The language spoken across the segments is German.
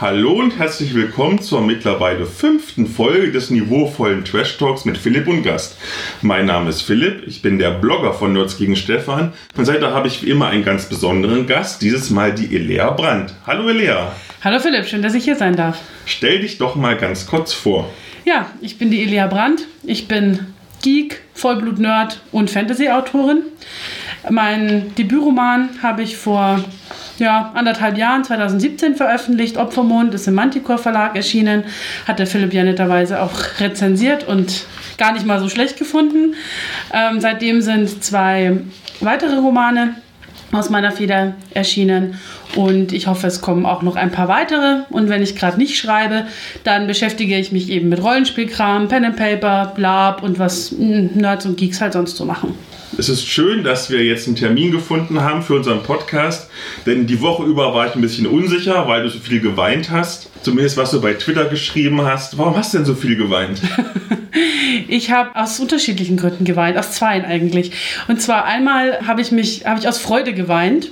Hallo und herzlich willkommen zur mittlerweile 5. Folge des niveauvollen Trash Talks mit Philipp und Gast. Mein Name ist Philipp, ich bin der Blogger von Nerds gegen Stefan. Von Seite habe ich wie immer einen ganz besonderen Gast, dieses Mal die Elea Brandt. Hallo Elea. Hallo Philipp, schön, dass ich hier sein darf. Stell dich doch mal ganz kurz vor. Ja, ich bin die Elea Brandt, ich bin Geek, Vollblut-Nerd und Fantasy-Autorin. Mein Debütroman habe ich vor 1,5 Jahren, 2017 veröffentlicht. Opfermond ist im Manticore Verlag erschienen. Hat der Philipp ja netterweise auch rezensiert und gar nicht mal so schlecht gefunden. Seitdem sind 2 weitere Romane aus meiner Feder erschienen und ich hoffe, es kommen auch noch ein paar weitere. Und wenn ich gerade nicht schreibe, dann beschäftige ich mich eben mit Rollenspielkram, Pen and Paper, Blab und was Nerds und Geeks halt sonst so machen. Es ist schön, dass wir jetzt einen Termin gefunden haben für unseren Podcast, denn die Woche über war ich ein bisschen unsicher, weil du so viel geweint hast. Zumindest was du bei Twitter geschrieben hast. Warum hast du denn so viel geweint? Ich habe aus unterschiedlichen Gründen geweint, aus 2 eigentlich. Und zwar einmal habe ich aus Freude geweint.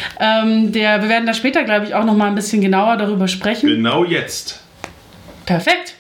Wir werden da später, glaube ich, auch noch mal ein bisschen genauer darüber sprechen. Genau jetzt. Perfekt.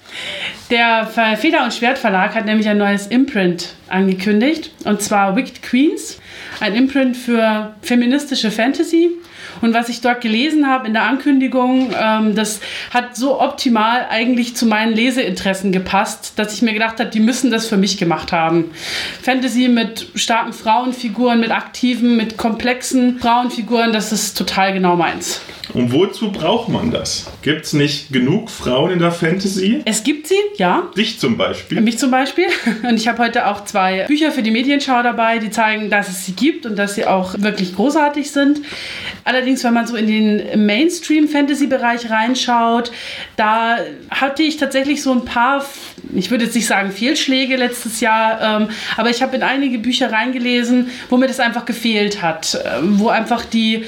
Der Feder- und Schwert Verlag hat nämlich ein neues Imprint angekündigt, und zwar Wicked Queens, ein Imprint für feministische Fantasy. Und was ich dort gelesen habe in der Ankündigung, das hat so optimal eigentlich zu meinen Leseinteressen gepasst, dass ich mir gedacht habe, die müssen das für mich gemacht haben. Fantasy mit starken Frauenfiguren, mit aktiven, mit komplexen Frauenfiguren, das ist total genau meins. Und wozu braucht man das? Gibt es nicht genug Frauen in der Fantasy? Es gibt sie, ja. Dich zum Beispiel? Mich zum Beispiel. Und ich habe heute auch 2 Bücher für die Medienschau dabei, die zeigen, dass es sie gibt und dass sie auch wirklich großartig sind. Allerdings, wenn man so in den Mainstream-Fantasy-Bereich reinschaut, da hatte ich tatsächlich so ein paar, ich würde jetzt nicht sagen Fehlschläge letztes Jahr, aber ich habe in einige Bücher reingelesen, wo mir das einfach gefehlt hat, wo einfach die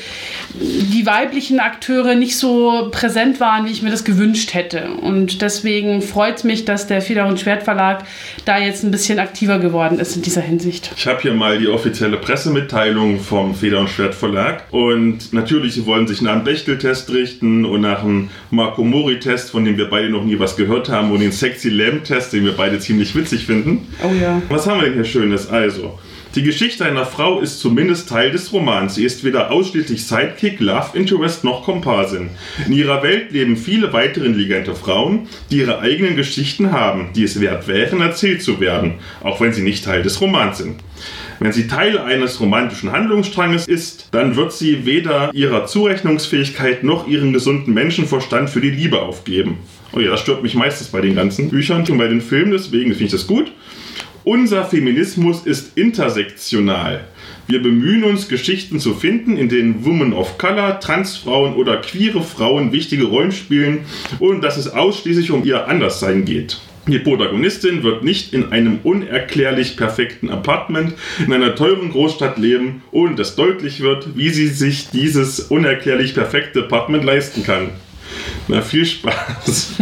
weiblichen Akteure nicht so präsent waren, wie ich mir das gewünscht hätte. Und deswegen freut es mich, dass der Feder- und Schwert Verlag da jetzt ein bisschen aktiver geworden ist in dieser Hinsicht. Ich habe hier mal die offizielle Pressemitteilung vom Feder- und Schwert Verlag. Und natürlich, sie wollen sich nach einem Bechtel-Test richten und nach einem Marco Mori-Test, von dem wir beide noch nie was gehört haben, und den Sexy Lamb-Test, den wir beide ziemlich witzig finden. Oh ja. Was haben wir denn hier Schönes? Also, die Geschichte einer Frau ist zumindest Teil des Romans. Sie ist weder ausschließlich Sidekick, Love Interest noch Komparsin. In ihrer Welt leben viele weitere intelligente Frauen, die ihre eigenen Geschichten haben, die es wert wären, erzählt zu werden, auch wenn sie nicht Teil des Romans sind. Wenn sie Teil eines romantischen Handlungsstranges ist, dann wird sie weder ihrer Zurechnungsfähigkeit noch ihren gesunden Menschenverstand für die Liebe aufgeben. Oh ja, das stört mich meistens bei den ganzen Büchern und bei den Filmen, deswegen finde ich das gut. Unser Feminismus ist intersektional. Wir bemühen uns, Geschichten zu finden, in denen Women of Color, Transfrauen oder queere Frauen wichtige Rollen spielen und dass es ausschließlich um ihr Anderssein geht. Die Protagonistin wird nicht in einem unerklärlich perfekten Apartment in einer teuren Großstadt leben, ohne dass deutlich wird, wie sie sich dieses unerklärlich perfekte Apartment leisten kann. Na, viel Spaß!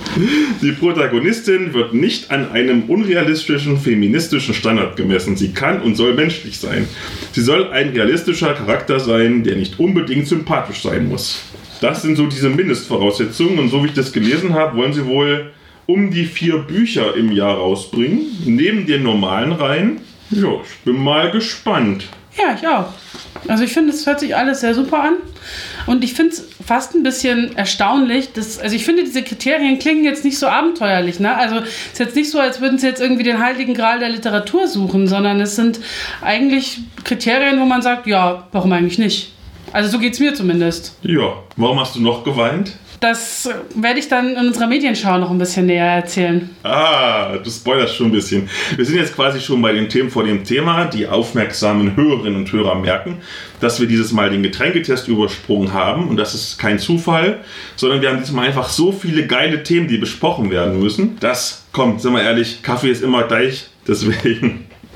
Die Protagonistin wird nicht an einem unrealistischen feministischen Standard gemessen. Sie kann und soll menschlich sein. Sie soll ein realistischer Charakter sein, der nicht unbedingt sympathisch sein muss. Das sind so diese Mindestvoraussetzungen, und so wie ich das gelesen habe, wollen sie wohl um die 4 Bücher im Jahr rausbringen, neben den normalen Reihen. Ja, ich bin mal gespannt. Ja, ich auch. Also ich finde, es hört sich alles sehr super an. Und ich finde es fast ein bisschen erstaunlich, also ich finde, diese Kriterien klingen jetzt nicht so abenteuerlich, ne? Also es ist jetzt nicht so, als würden sie jetzt irgendwie den heiligen Gral der Literatur suchen, sondern es sind eigentlich Kriterien, wo man sagt, ja, warum eigentlich nicht? Also so geht es mir zumindest. Ja, warum hast du noch geweint? Das werde ich dann in unserer Medienschau noch ein bisschen näher erzählen. Ah, du spoilerst schon ein bisschen. Wir sind jetzt quasi schon bei den Themen vor dem Thema. Die aufmerksamen Hörerinnen und Hörer merken, dass wir dieses Mal den Getränketest übersprungen haben. Und das ist kein Zufall, sondern wir haben diesmal einfach so viele geile Themen, die besprochen werden müssen. Das, komm, sind wir ehrlich, Kaffee ist immer gleich. Deswegen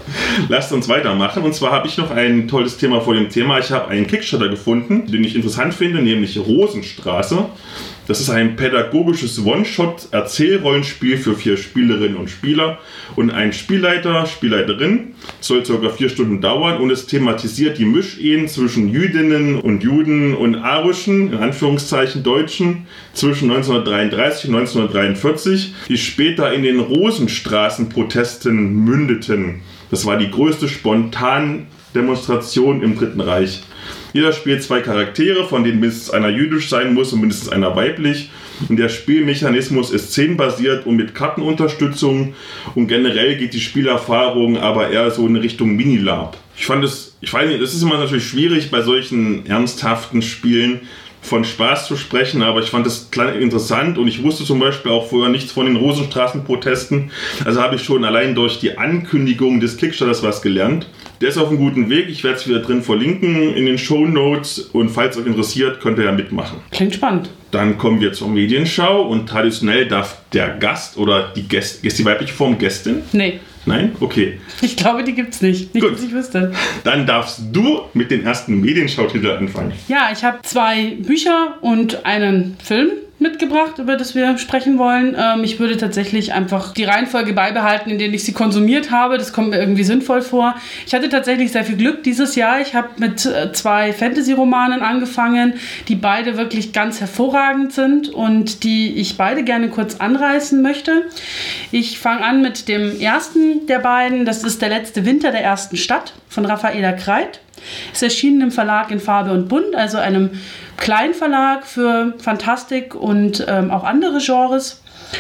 Lasst uns weitermachen. Und zwar habe ich noch ein tolles Thema vor dem Thema. Ich habe einen Kickstarter gefunden, den ich interessant finde, nämlich Rosenstraße. Das ist ein pädagogisches One-Shot-Erzählrollenspiel für 4 Spielerinnen und Spieler und ein Spielleiter, Spielleiterin. Soll ca. 4 Stunden dauern und es thematisiert die Mischehen zwischen Jüdinnen und Juden und arischen, in Anführungszeichen Deutschen, zwischen 1933 und 1943, die später in den Rosenstraßenprotesten mündeten. Das war die größte Spontandemonstration im Dritten Reich. Jeder spielt 2 Charaktere, von denen mindestens einer jüdisch sein muss und mindestens einer weiblich. Und der Spielmechanismus ist szenenbasiert und mit Kartenunterstützung. Und generell geht die Spielerfahrung aber eher so in Richtung Mini-Lab. Ich weiß nicht, das ist immer natürlich schwierig bei solchen ernsthaften Spielen von Spaß zu sprechen, aber ich fand das interessant und ich wusste zum Beispiel auch vorher nichts von den Rosenstraßenprotesten. Also habe ich schon allein durch die Ankündigung des Kickstarters was gelernt. Der ist auf einem guten Weg, ich werde es wieder drin verlinken in den Shownotes und falls euch interessiert, könnt ihr ja mitmachen. Klingt spannend. Dann kommen wir zur Medienschau und traditionell darf der Gast oder die Gästin, ist die weibliche Form Gästin? Nee. Nein? Okay. Ich glaube, die gibt's nicht. Nicht, dass ich wüsste. Dann darfst du mit den ersten Medienschautitel anfangen. Ja, ich habe 2 Bücher und einen Film mitgebracht, über das wir sprechen wollen. Ich würde tatsächlich einfach die Reihenfolge beibehalten, in der ich sie konsumiert habe. Das kommt mir irgendwie sinnvoll vor. Ich hatte tatsächlich sehr viel Glück dieses Jahr. Ich habe mit 2 Fantasy-Romanen angefangen, die beide wirklich ganz hervorragend sind und die ich beide gerne kurz anreißen möchte. Ich fange an mit dem ersten der beiden. Das ist Der letzte Winter der ersten Stadt von Raffaela Kreit. Es erschienen im Verlag in Farbe und Bunt, also einem Kleinverlag für Fantastik und auch andere Genres.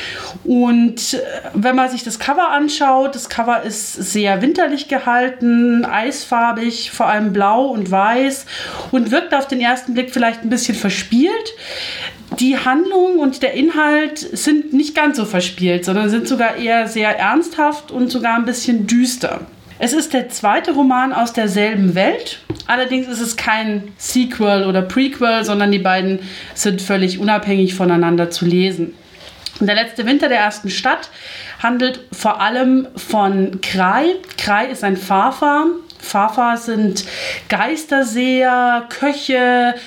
Und wenn man sich das Cover anschaut, das Cover ist sehr winterlich gehalten, eisfarbig, vor allem blau und weiß und wirkt auf den ersten Blick vielleicht ein bisschen verspielt. Die Handlung und der Inhalt sind nicht ganz so verspielt, sondern sind sogar eher sehr ernsthaft und sogar ein bisschen düster. Es ist der 2. Roman aus derselben Welt. Allerdings ist es kein Sequel oder Prequel, sondern die beiden sind völlig unabhängig voneinander zu lesen. Und Der letzte Winter der ersten Stadt handelt vor allem von Krai. Krai ist ein Fafa. Fafa sind Geisterseher, Köche,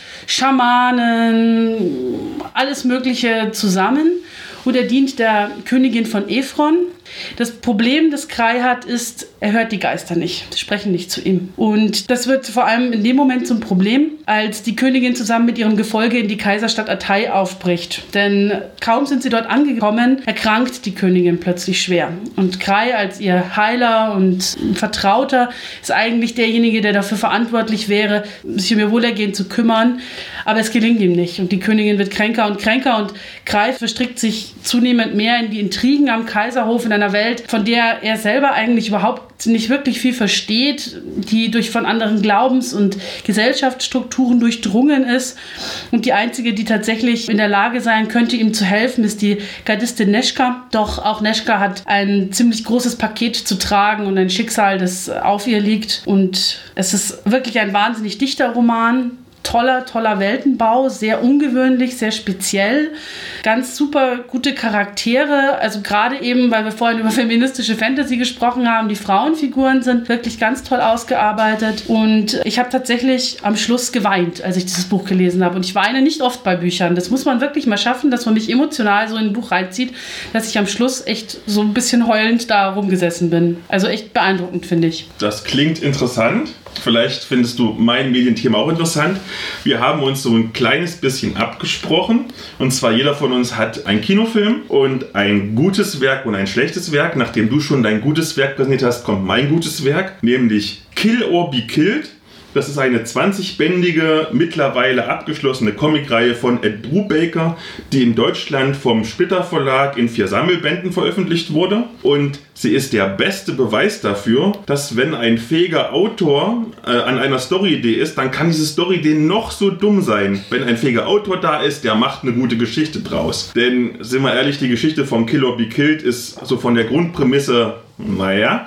Schamanen, alles Mögliche zusammen. Und er dient der Königin von Ephron. Das Problem, das Krai hat, ist, er hört die Geister nicht. Sie sprechen nicht zu ihm. Und das wird vor allem in dem Moment zum Problem, als die Königin zusammen mit ihrem Gefolge in die Kaiserstadt Atay aufbricht. Denn kaum sind sie dort angekommen, erkrankt die Königin plötzlich schwer. Und Krai als ihr Heiler und Vertrauter ist eigentlich derjenige, der dafür verantwortlich wäre, sich um ihr Wohlergehen zu kümmern. Aber es gelingt ihm nicht. Und die Königin wird kränker und kränker. Und Krai verstrickt sich zunehmend mehr in die Intrigen am Kaiserhof in einer Welt, von der er selber eigentlich überhaupt nicht wirklich viel versteht, die von anderen Glaubens- und Gesellschaftsstrukturen durchdrungen ist. Und die einzige, die tatsächlich in der Lage sein könnte, ihm zu helfen, ist die Gardistin Neschka. Doch auch Neschka hat ein ziemlich großes Paket zu tragen und ein Schicksal, das auf ihr liegt. Und es ist wirklich ein wahnsinnig dichter Roman. Toller Weltenbau, sehr ungewöhnlich, sehr speziell, ganz super gute Charaktere, also gerade eben, weil wir vorhin über feministische Fantasy gesprochen haben, die Frauenfiguren sind wirklich ganz toll ausgearbeitet und ich habe tatsächlich am Schluss geweint, als ich dieses Buch gelesen habe und ich weine nicht oft bei Büchern, das muss man wirklich mal schaffen, dass man mich emotional so in ein Buch reinzieht, dass ich am Schluss echt so ein bisschen heulend da rumgesessen bin, also echt beeindruckend, finde ich. Das klingt interessant. Vielleicht findest du mein Medienthema auch interessant. Wir haben uns so ein kleines bisschen abgesprochen. Und zwar jeder von uns hat einen Kinofilm und ein gutes Werk und ein schlechtes Werk. Nachdem du schon dein gutes Werk präsentiert hast, kommt mein gutes Werk, nämlich Kill or Be Killed. Das ist eine 20-bändige, mittlerweile abgeschlossene Comicreihe von Ed Brubaker, die in Deutschland vom Splitter Verlag in 4 Sammelbänden veröffentlicht wurde. Und sie ist der beste Beweis dafür, dass wenn ein fähiger Autor an einer Storyidee ist, dann kann diese Storyidee noch so dumm sein. Wenn ein fähiger Autor da ist, der macht eine gute Geschichte draus. Denn, sind wir ehrlich, die Geschichte von Kill or Be Killed ist so von der Grundprämisse, naja.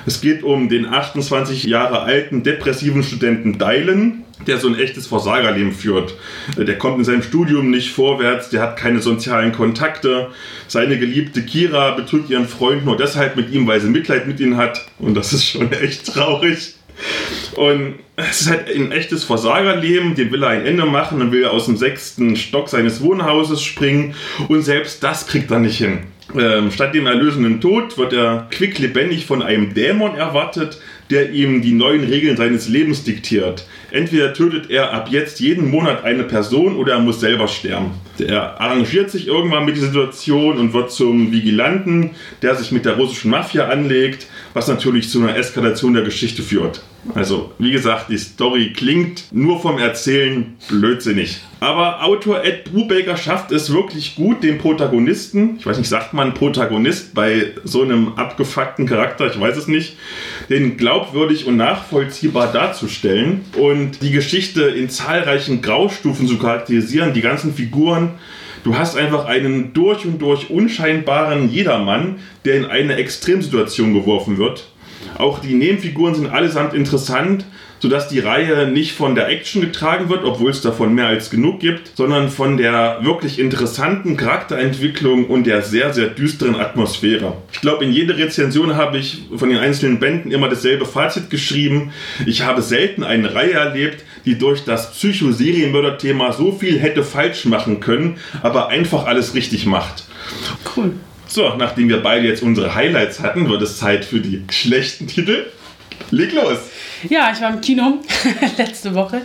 Es geht um den 28 Jahre alten, depressiven Studenten Dylan, der so ein echtes Versagerleben führt. Der kommt in seinem Studium nicht vorwärts, der hat keine sozialen Kontakte. Seine geliebte Kira betrügt ihren Freund nur deshalb mit ihm, weil sie Mitleid mit ihm hat. Und das ist schon echt traurig. Und es ist halt ein echtes Versagerleben, dem will er ein Ende machen, dann will er aus dem 6. Stock seines Wohnhauses springen und selbst das kriegt er nicht hin. Statt dem erlösenden Tod wird er quicklebendig von einem Dämon erwartet, der ihm die neuen Regeln seines Lebens diktiert. Entweder tötet er ab jetzt jeden Monat eine Person oder er muss selber sterben. Er arrangiert sich irgendwann mit der Situation und wird zum Vigilanten, der sich mit der russischen Mafia anlegt, was natürlich zu einer Eskalation der Geschichte führt. Also, wie gesagt, die Story klingt nur vom Erzählen blödsinnig. Aber Autor Ed Brubaker schafft es wirklich gut, den Protagonisten, ich weiß nicht, sagt man Protagonist bei so einem abgefuckten Charakter, ich weiß es nicht, den glaubwürdig und nachvollziehbar darzustellen und die Geschichte in zahlreichen Graustufen zu charakterisieren, die ganzen Figuren. Du hast einfach einen durch und durch unscheinbaren Jedermann, der in eine Extremsituation geworfen wird. Auch die Nebenfiguren sind allesamt interessant, sodass die Reihe nicht von der Action getragen wird, obwohl es davon mehr als genug gibt, sondern von der wirklich interessanten Charakterentwicklung und der sehr, sehr düsteren Atmosphäre. Ich glaube, in jeder Rezension habe ich von den einzelnen Bänden immer dasselbe Fazit geschrieben. Ich habe selten eine Reihe erlebt, die durch das Psycho-Serienmörder-Thema so viel hätte falsch machen können, aber einfach alles richtig macht. Cool. So, nachdem wir beide jetzt unsere Highlights hatten, wird es Zeit für die schlechten Titel. Leg los! Ja, ich war im Kino letzte Woche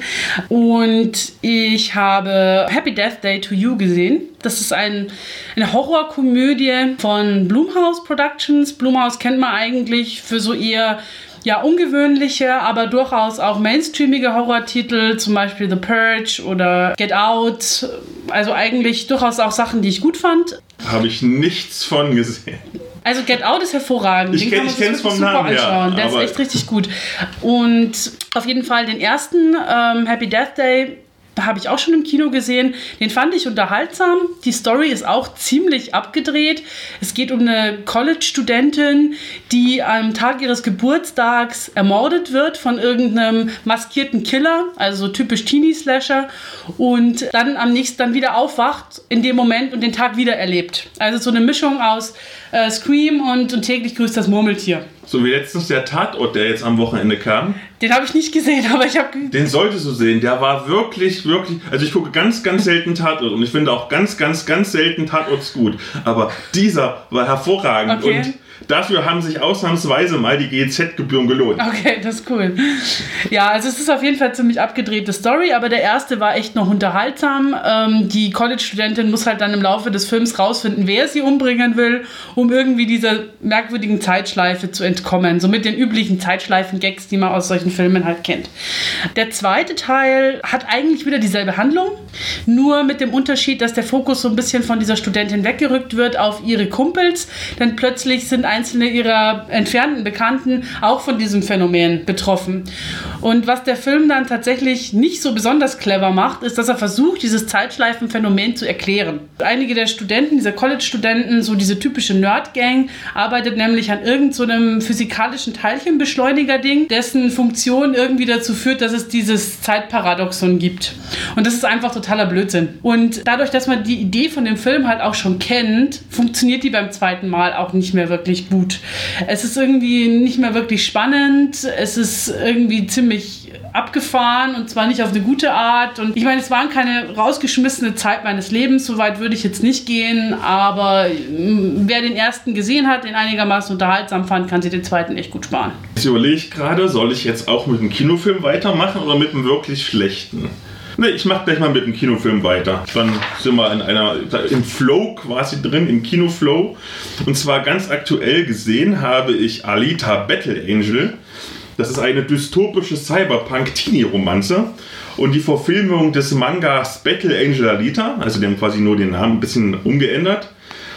und ich habe Happy Death Day to You gesehen. Das ist eine Horrorkomödie von Blumhouse Productions. Blumhouse kennt man eigentlich für so eher ungewöhnliche, aber durchaus auch mainstreamige Horrortitel, zum Beispiel The Purge oder Get Out. Also eigentlich durchaus auch Sachen, die ich gut fand. Habe ich nichts von gesehen. Also Get Out ist hervorragend. Ich kenne es vom Namen her. Der ist echt richtig gut. Und auf jeden Fall den ersten Happy Death Day habe ich auch schon im Kino gesehen. Den fand ich unterhaltsam. Die Story ist auch ziemlich abgedreht. Es geht um eine College-Studentin, die am Tag ihres Geburtstags ermordet wird von irgendeinem maskierten Killer, also so typisch Teenie-Slasher, und dann am nächsten dann wieder aufwacht in dem Moment und den Tag wieder erlebt. Also so eine Mischung aus Scream und täglich grüßt das Murmeltier. So wie letztens der Tatort, der jetzt am Wochenende kam. Den habe ich nicht gesehen, aber ich habe... Den solltest du sehen. Der war wirklich... Also ich gucke ganz, ganz selten Tatort und ich finde auch ganz, ganz, ganz selten Tatorts gut. Aber dieser war hervorragend. Okay. Und dafür haben sich ausnahmsweise mal die GEZ-Gebühren gelohnt. Okay, das ist cool. Ja, also es ist auf jeden Fall ziemlich abgedrehte Story, aber der erste war echt noch unterhaltsam. Die College-Studentin muss halt dann im Laufe des Films rausfinden, wer sie umbringen will, um irgendwie dieser merkwürdigen Zeitschleife zu entkommen. So mit den üblichen Zeitschleifen-Gags, die man aus solchen Filmen halt kennt. Der zweite Teil hat eigentlich wieder dieselbe Handlung, nur mit dem Unterschied, dass der Fokus so ein bisschen von dieser Studentin weggerückt wird auf ihre Kumpels, denn plötzlich sind einzelne ihrer entfernten Bekannten auch von diesem Phänomen betroffen. Und was der Film dann tatsächlich nicht so besonders clever macht, ist, dass er versucht, dieses Zeitschleifenphänomen zu erklären. Einige der Studenten, dieser College-Studenten, so diese typische Nerd-Gang, arbeitet nämlich an irgend so einem physikalischen Teilchenbeschleuniger-Ding, dessen Funktion irgendwie dazu führt, dass es dieses Zeitparadoxon gibt. Und das ist einfach totaler Blödsinn. Und dadurch, dass man die Idee von dem Film halt auch schon kennt, funktioniert die beim zweiten Mal auch nicht mehr wirklich gut. Es ist irgendwie nicht mehr wirklich spannend, es ist irgendwie ziemlich abgefahren und zwar nicht auf eine gute Art. Und ich meine, es waren keine rausgeschmissene Zeit meines Lebens, so weit würde ich jetzt nicht gehen, aber wer den ersten gesehen hat, den einigermaßen unterhaltsam fand, kann sich den zweiten echt gut sparen. Jetzt überlege ich gerade, soll ich jetzt auch mit einem Kinofilm weitermachen oder mit einem wirklich schlechten? Ne, ich mache gleich mal mit dem Kinofilm weiter. Dann sind wir im Flow quasi drin, im Kinoflow. Und zwar ganz aktuell gesehen habe ich Alita Battle Angel. Das ist eine dystopische Cyberpunk-Teenie-Romanze. Und die Verfilmung des Mangas Battle Angel Alita, also die haben quasi nur den Namen ein bisschen umgeändert.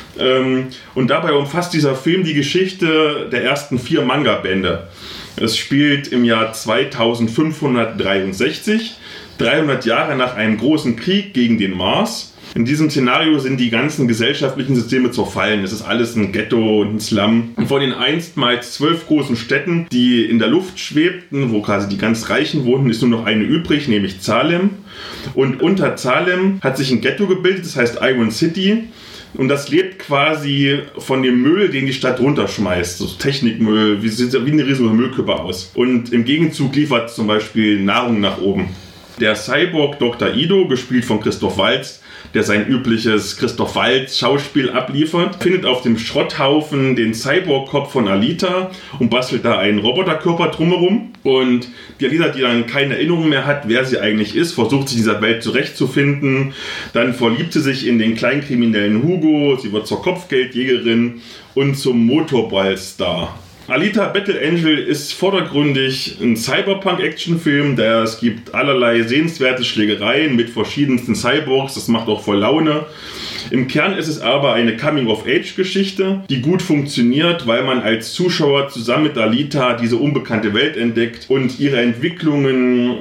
Und dabei umfasst dieser Film die Geschichte der ersten 4 Manga-Bände. Es spielt im Jahr 2563. 300 Jahre nach einem großen Krieg gegen den Mars. In diesem Szenario sind die ganzen gesellschaftlichen Systeme zerfallen. Es ist alles ein Ghetto und ein Slum. Und von den einstmals 12 großen Städten, die in der Luft schwebten, wo quasi die ganz Reichen wohnten, ist nur noch eine übrig, nämlich Salem. Und unter Salem hat sich ein Ghetto gebildet, das heißt Iron City. Und das lebt quasi von dem Müll, den die Stadt runterschmeißt. So Technikmüll, sieht wie eine riesige Müllkippe aus. Und im Gegenzug liefert zum Beispiel Nahrung nach oben. Der Cyborg Dr. Ido, gespielt von Christoph Waltz, der sein übliches Christoph Waltz Schauspiel abliefert, findet auf dem Schrotthaufen den Cyborg-Kopf von Alita und bastelt da einen Roboterkörper drumherum. Und die Alita, die dann keine Erinnerung mehr hat, wer sie eigentlich ist, versucht sich in dieser Welt zurechtzufinden. Dann verliebt sie sich in den Kleinkriminellen Hugo, sie wird zur Kopfgeldjägerin und zum Motorballstar. Alita Battle Angel ist vordergründig ein Cyberpunk-Actionfilm, es gibt allerlei sehenswerte Schlägereien mit verschiedensten Cyborgs, das macht auch voll Laune. Im Kern ist es aber eine Coming-of-Age-Geschichte, die gut funktioniert, weil man als Zuschauer zusammen mit Alita diese unbekannte Welt entdeckt und ihre Entwicklungen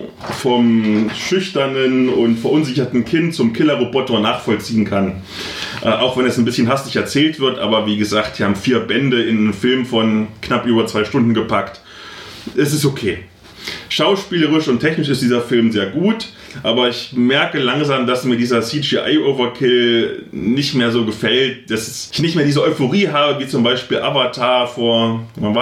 vom schüchternen und verunsicherten Kind zum Killerroboter nachvollziehen kann. Auch wenn es ein bisschen hastig erzählt wird, aber wie gesagt, die haben 4 Bände in einen Film von knapp über 2 Stunden gepackt. Es ist okay. Schauspielerisch und technisch ist dieser Film sehr gut, aber ich merke langsam, dass mir dieser CGI-Overkill nicht mehr so gefällt, dass ich nicht mehr diese Euphorie habe, wie zum Beispiel Avatar vor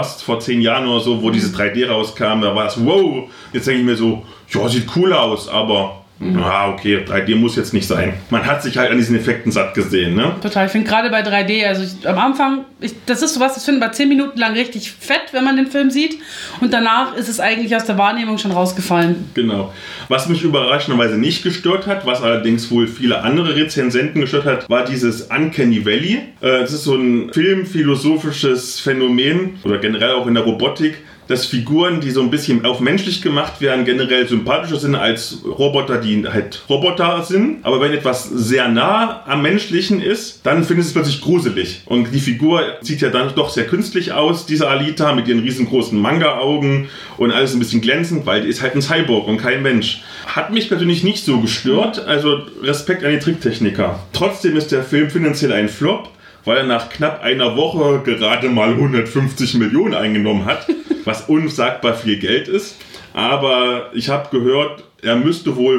10 Jahren oder so, wo diese 3D rauskam, da war es wow, jetzt denke ich mir so, ja, sieht cool aus, aber okay, 3D muss jetzt nicht sein. Man hat sich halt an diesen Effekten satt gesehen, ne? Total, ich finde gerade bei 3D, am Anfang, das ist sowas, das finden wir 10 Minuten lang richtig fett, wenn man den Film sieht, und danach ist es eigentlich aus der Wahrnehmung schon rausgefallen. Genau. Was mich überraschenderweise nicht gestört hat, was allerdings wohl viele andere Rezensenten gestört hat, war dieses Uncanny Valley. Das ist so ein filmphilosophisches Phänomen, oder generell auch in der Robotik, dass Figuren, die so ein bisschen auf menschlich gemacht werden, generell sympathischer sind als Roboter, die halt Roboter sind. Aber wenn etwas sehr nah am Menschlichen ist, dann findest du es plötzlich gruselig. Und die Figur sieht ja dann doch sehr künstlich aus, diese Alita, mit ihren riesengroßen Manga-Augen und alles ein bisschen glänzend, weil die ist halt ein Cyborg und kein Mensch. Hat mich persönlich nicht so gestört, also Respekt an die Tricktechniker. Trotzdem ist der Film finanziell ein Flop, weil er nach knapp einer Woche gerade mal 150 Millionen eingenommen hat, was unsagbar viel Geld ist. Aber ich habe gehört, er müsste wohl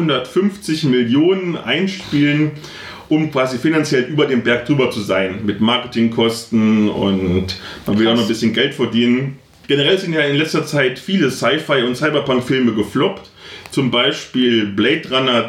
550 Millionen einspielen, um quasi finanziell über dem Berg drüber zu sein, mit Marketingkosten, und man will auch noch ein bisschen Geld verdienen. Generell sind ja in letzter Zeit viele Sci-Fi- und Cyberpunk-Filme gefloppt. Zum Beispiel Blade Runner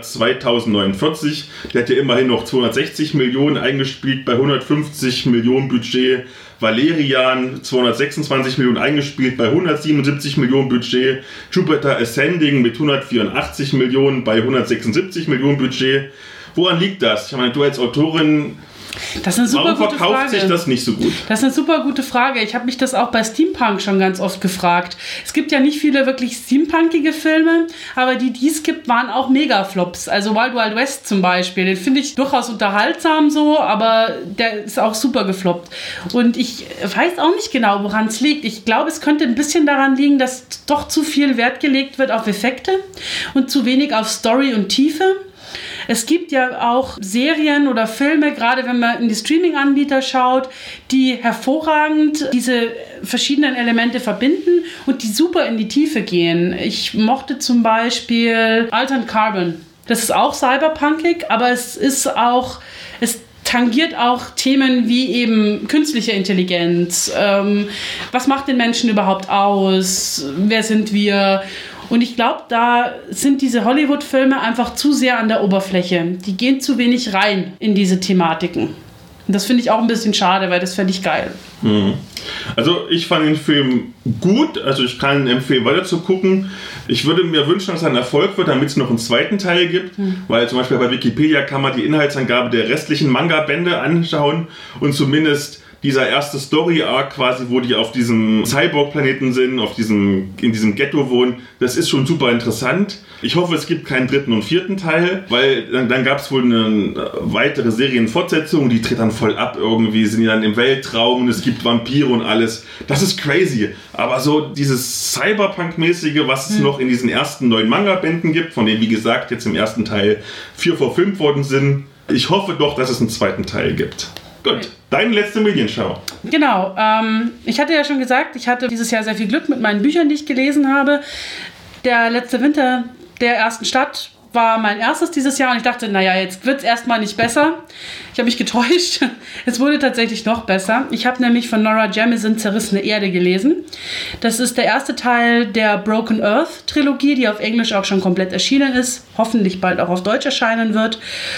2049, der hat ja immerhin noch 260 Millionen eingespielt bei 150 Millionen Budget. Valerian 226 Millionen eingespielt bei 177 Millionen Budget. Jupiter Ascending mit 184 Millionen bei 176 Millionen Budget. Woran liegt das? Ich meine, du als Autorin, das ist eine super warum gute verkauft Frage. sich das nicht so gut? Das ist eine super gute Frage. Ich habe mich das auch bei Steampunk schon ganz oft gefragt. Es gibt ja nicht viele wirklich steampunkige Filme, aber die es gibt, waren auch Megaflops. Also Wild Wild West zum Beispiel, den finde ich durchaus unterhaltsam so, aber der ist auch super gefloppt. Und ich weiß auch nicht genau, woran es liegt. Ich glaube, es könnte ein bisschen daran liegen, dass doch zu viel Wert gelegt wird auf Effekte und zu wenig auf Story und Tiefe. Es gibt ja auch Serien oder Filme, gerade wenn man in die Streaming-Anbieter schaut, die hervorragend diese verschiedenen Elemente verbinden und die super in die Tiefe gehen. Ich mochte zum Beispiel Altered Carbon. Das ist auch cyberpunkig, aber es tangiert auch Themen wie eben künstliche Intelligenz. Was macht den Menschen überhaupt aus? Wer sind wir? Und ich glaube, da sind diese Hollywood-Filme einfach zu sehr an der Oberfläche. Die gehen zu wenig rein in diese Thematiken. Und das finde ich auch ein bisschen schade, weil das fände ich geil. Also ich fand den Film gut, also ich kann ihn empfehlen, weiter zu gucken. Ich würde mir wünschen, dass er ein Erfolg wird, damit es noch einen zweiten Teil gibt, weil zum Beispiel bei Wikipedia kann man die Inhaltsangabe der restlichen Manga-Bände anschauen und zumindest dieser erste Story-Arc quasi, wo die auf diesem Cyborg-Planeten sind, in diesem Ghetto wohnen, das ist schon super interessant. Ich hoffe, es gibt keinen 3. und 4. Teil, weil dann gab es wohl eine weitere Serienfortsetzung, die tritt dann voll ab irgendwie, sind die dann im Weltraum und es gibt Vampire und alles. Das ist crazy. Aber so dieses Cyberpunk-mäßige, was es noch in diesen ersten 9 Manga-Bänden gibt, von denen, wie gesagt, jetzt im ersten Teil 4 verfilmt worden sind, ich hoffe doch, dass es einen 2. Teil gibt. Gut, deine letzte Medienschau. Genau, ich hatte ja schon gesagt, ich hatte dieses Jahr sehr viel Glück mit meinen Büchern, die ich gelesen habe. Der letzte Winter der ersten Stadt war mein erstes dieses Jahr und ich dachte, naja, jetzt wird es erstmal nicht besser. Ich habe mich getäuscht. Es wurde tatsächlich noch besser. Ich habe nämlich von Nora Jemisin Zerrissene Erde gelesen. Das ist der erste Teil der Broken Earth Trilogie, die auf Englisch auch schon komplett erschienen ist, hoffentlich bald auch auf Deutsch erscheinen wird.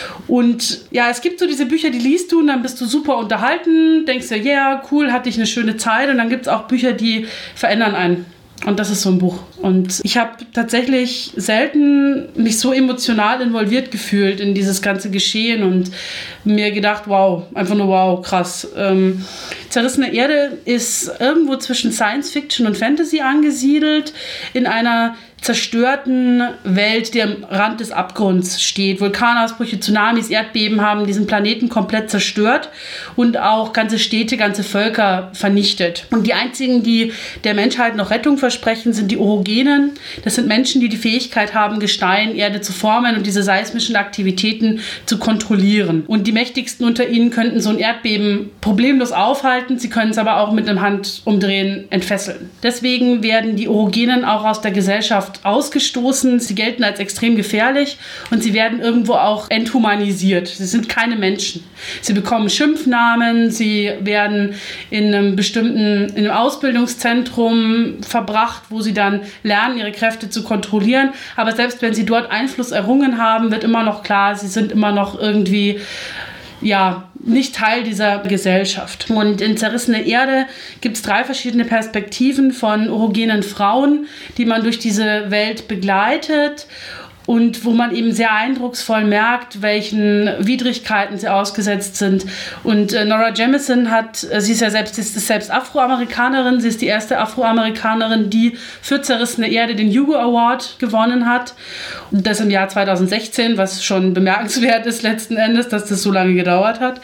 Und ja, es gibt so diese Bücher, die liest du und dann bist du super unterhalten, denkst dir, ja, cool, hatte ich eine schöne Zeit. Und dann gibt es auch Bücher, die verändern einen. Und das ist so ein Buch. Und ich habe tatsächlich selten mich so emotional involviert gefühlt in dieses ganze Geschehen und mir gedacht, wow, einfach nur wow, krass. Zerrissene Erde ist irgendwo zwischen Science Fiction und Fantasy angesiedelt, in einer zerstörten Welt, die am Rand des Abgrunds steht. Vulkanausbrüche, Tsunamis, Erdbeben haben diesen Planeten komplett zerstört und auch ganze Städte, ganze Völker vernichtet. Und die einzigen, die der Menschheit noch Rettung versprechen, sind die Orogenen. Das sind Menschen, die die Fähigkeit haben, Gestein, Erde zu formen und diese seismischen Aktivitäten zu kontrollieren. Und die mächtigsten unter ihnen könnten so ein Erdbeben problemlos aufhalten. Sie können es aber auch mit einem Handumdrehen entfesseln. Deswegen werden die Orogenen auch aus der Gesellschaft ausgestoßen. Sie gelten als extrem gefährlich und sie werden irgendwo auch enthumanisiert. Sie sind keine Menschen. Sie bekommen Schimpfnamen, sie werden in einem Ausbildungszentrum verbracht, wo sie dann lernen, ihre Kräfte zu kontrollieren. Aber selbst wenn sie dort Einfluss errungen haben, wird immer noch klar, sie sind immer noch irgendwie nicht Teil dieser Gesellschaft. Und in Zerrissene Erde gibt es 3 verschiedene Perspektiven von orogenen Frauen, die man durch diese Welt begleitet und wo man eben sehr eindrucksvoll merkt, welchen Widrigkeiten sie ausgesetzt sind. Und Nora Jemisin sie ist selbst Afroamerikanerin, sie ist die erste Afroamerikanerin, die für Zerrissene Erde den Hugo Award gewonnen hat. Und das im Jahr 2016, was schon bemerkenswert ist letzten Endes, dass das so lange gedauert hat.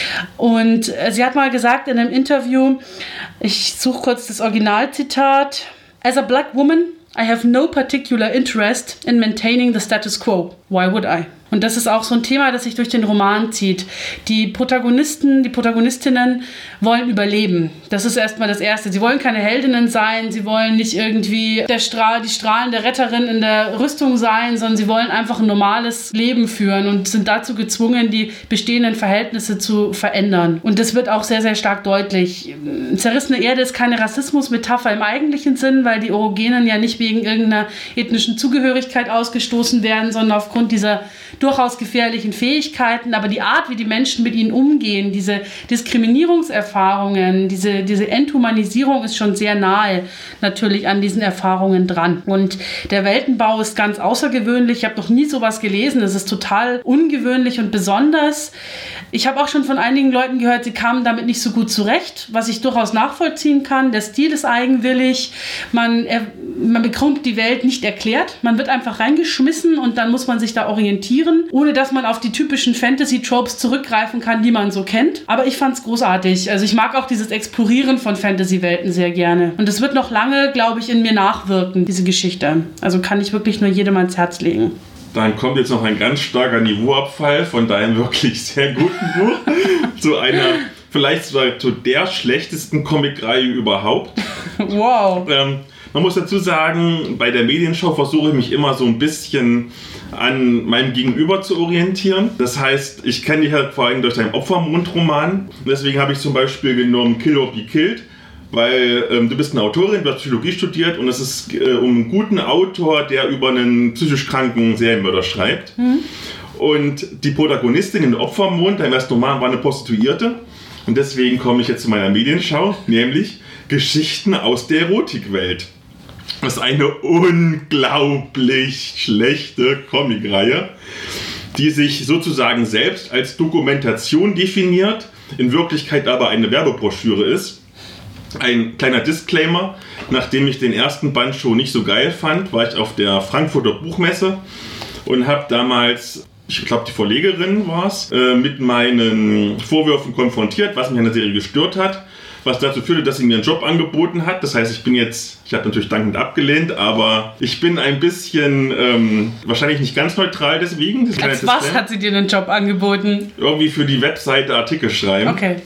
Und sie hat mal gesagt in einem Interview, ich suche kurz das Originalzitat, "As a black woman, I have no particular interest in maintaining the status quo. Why would I?" Und das ist auch so ein Thema, das sich durch den Roman zieht. Die Protagonisten, die Protagonistinnen wollen überleben. Das ist erstmal das Erste. Sie wollen keine Heldinnen sein, sie wollen nicht irgendwie die strahlende Retterin in der Rüstung sein, sondern sie wollen einfach ein normales Leben führen und sind dazu gezwungen, die bestehenden Verhältnisse zu verändern. Und das wird auch sehr, sehr stark deutlich. Zerrissene Erde ist keine Rassismusmetapher im eigentlichen Sinn, weil die Orogenen ja nicht wegen irgendeiner ethnischen Zugehörigkeit ausgestoßen werden, sondern aufgrund dieser durchaus gefährlichen Fähigkeiten, aber die Art, wie die Menschen mit ihnen umgehen, diese Diskriminierungserfahrungen, diese Enthumanisierung ist schon sehr nahe natürlich an diesen Erfahrungen dran. Und der Weltenbau ist ganz außergewöhnlich. Ich habe noch nie sowas gelesen. Es ist total ungewöhnlich und besonders. Ich habe auch schon von einigen Leuten gehört, sie kamen damit nicht so gut zurecht, was ich durchaus nachvollziehen kann. Der Stil ist eigenwillig. Man bekommt die Welt nicht erklärt. Man wird einfach reingeschmissen und dann muss man sich da orientieren, ohne dass man auf die typischen Fantasy-Tropes zurückgreifen kann, die man so kennt. Aber ich fand es großartig. Also ich mag auch dieses Explorieren von Fantasy-Welten sehr gerne. Und es wird noch lange, glaube ich, in mir nachwirken, diese Geschichte. Also kann ich wirklich nur jedem ans Herz legen. Dann kommt jetzt noch ein ganz starker Niveauabfall von deinem wirklich sehr guten Buch zu einer, vielleicht sogar zu der schlechtesten Comicreihe überhaupt. Wow. Man muss dazu sagen, bei der Medienschau versuche ich mich immer so ein bisschen an meinem Gegenüber zu orientieren. Das heißt, ich kenne dich halt vor allem durch deinen Opfermond-Roman. Deswegen habe ich zum Beispiel genommen Kill or Be Killed, weil du bist eine Autorin, du hast Psychologie studiert und es ist um einen guten Autor, der über einen psychisch kranken Serienmörder schreibt. Mhm. Und die Protagonistin in Opfermond, deinem ersten Roman, war eine Prostituierte. Und deswegen komme ich jetzt zu meiner Medienschau, nämlich Geschichten aus der Erotikwelt. Das ist eine unglaublich schlechte Comicreihe, die sich sozusagen selbst als Dokumentation definiert, in Wirklichkeit aber eine Werbebroschüre ist. Ein kleiner Disclaimer: Nachdem ich den ersten Band schon nicht so geil fand, war ich auf der Frankfurter Buchmesse und habe damals, ich glaube die Verlegerin war es, mit meinen Vorwürfen konfrontiert, was mich an der Serie gestört hat, was dazu führte, dass sie mir einen Job angeboten hat. Das heißt, ich habe natürlich dankend abgelehnt, aber ich bin ein bisschen, wahrscheinlich nicht ganz neutral deswegen. Als was hat sie dir einen Job angeboten? Irgendwie für die Webseite Artikel schreiben. Okay.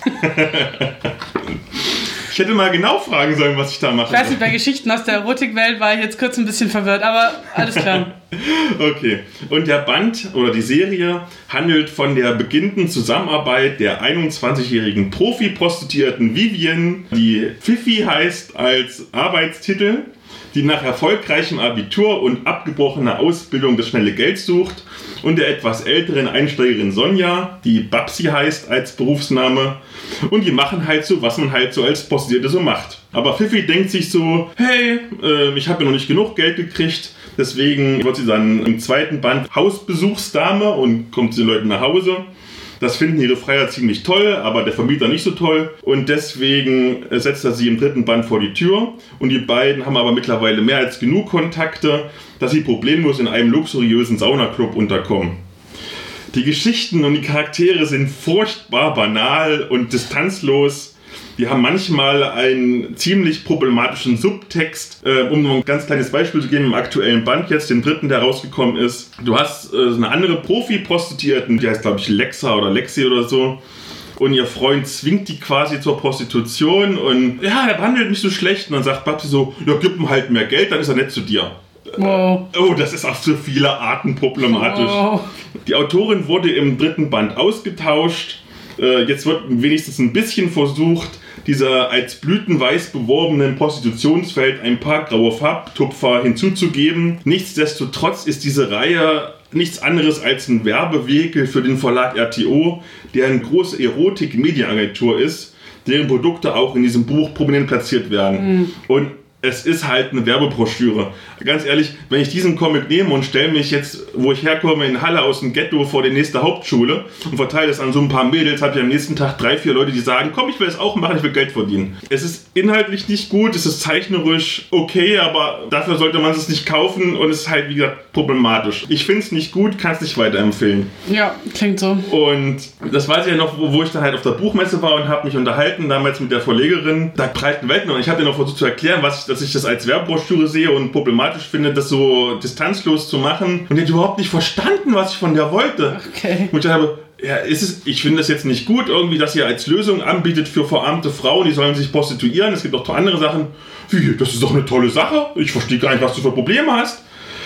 Ich hätte mal genau fragen sollen, was ich da mache. Ich weiß nicht, bei Geschichten aus der Erotikwelt war ich jetzt kurz ein bisschen verwirrt, aber alles klar. Okay. Und der Band oder die Serie handelt von der beginnenden Zusammenarbeit der 21-jährigen Profi-Prostituierten Vivian, die Fifi heißt als Arbeitstitel, die nach erfolgreichem Abitur und abgebrochener Ausbildung das schnelle Geld sucht, und der etwas älteren Einsteigerin Sonja, die Babsi heißt als Berufsname, und die machen halt so, was man halt so als Prostituierte so macht. Aber Fifi denkt sich so, hey, ich habe ja noch nicht genug Geld gekriegt, deswegen wird sie dann im zweiten Band Hausbesuchsdame und kommt zu den Leuten nach Hause. Das finden ihre Freier ziemlich toll, aber der Vermieter nicht so toll. Und deswegen setzt er sie im dritten Band vor die Tür. Und die beiden haben aber mittlerweile mehr als genug Kontakte, dass sie problemlos in einem luxuriösen Saunaclub unterkommen. Die Geschichten und die Charaktere sind furchtbar banal und distanzlos. Die haben manchmal einen ziemlich problematischen Subtext. Um nur ein ganz kleines Beispiel zu geben, im aktuellen Band jetzt, den dritten, der rausgekommen ist. Du hast eine andere Profi-Prostituierten, die heißt, glaube ich, Lexa oder Lexi oder so. Und ihr Freund zwingt die quasi zur Prostitution und ja, er behandelt mich so schlecht. Und dann sagt Babsi so, ja, gib ihm halt mehr Geld, dann ist er nett zu dir. Wow. Oh, das ist auf so viele Arten problematisch. Wow. Die Autorin wurde im dritten Band ausgetauscht. Jetzt wird wenigstens ein bisschen versucht, dieser als blütenweiß beworbenen Prostitutionsfeld ein paar graue Farbtupfer hinzuzugeben. Nichtsdestotrotz ist diese Reihe nichts anderes als ein Werbevehikel für den Verlag RTO, der eine große Erotik-Medienagentur ist, deren Produkte auch in diesem Buch prominent platziert werden. Und es ist halt eine Werbebroschüre. Ganz ehrlich, wenn ich diesen Comic nehme und stelle mich jetzt, wo ich herkomme, in Halle aus dem Ghetto vor die nächste Hauptschule und verteile das an so ein paar Mädels, habe ich am nächsten Tag 3-4 Leute, die sagen, komm, ich will das auch machen, ich will Geld verdienen. Es ist inhaltlich nicht gut, es ist zeichnerisch okay, aber dafür sollte man es nicht kaufen und es ist halt, wie gesagt, problematisch. Ich finde es nicht gut, kann es nicht weiterempfehlen. Ja, klingt so. Und das weiß ich ja noch, wo ich dann halt auf der Buchmesse war und habe mich unterhalten, damals mit der Verlegerin. Da prallten Welten und ich habe dir noch versucht zu erklären, dass ich das als Werbebroschüre sehe und problematisch finde, das so distanzlos zu machen. Und die hat überhaupt nicht verstanden, was ich von der wollte. Okay. Und ich habe, ja, ich finde das jetzt nicht gut, irgendwie, dass ihr als Lösung anbietet für verarmte Frauen, die sollen sich prostituieren. Es gibt auch andere Sachen. Wie, das ist doch eine tolle Sache. Ich verstehe gar nicht, was du für Probleme hast.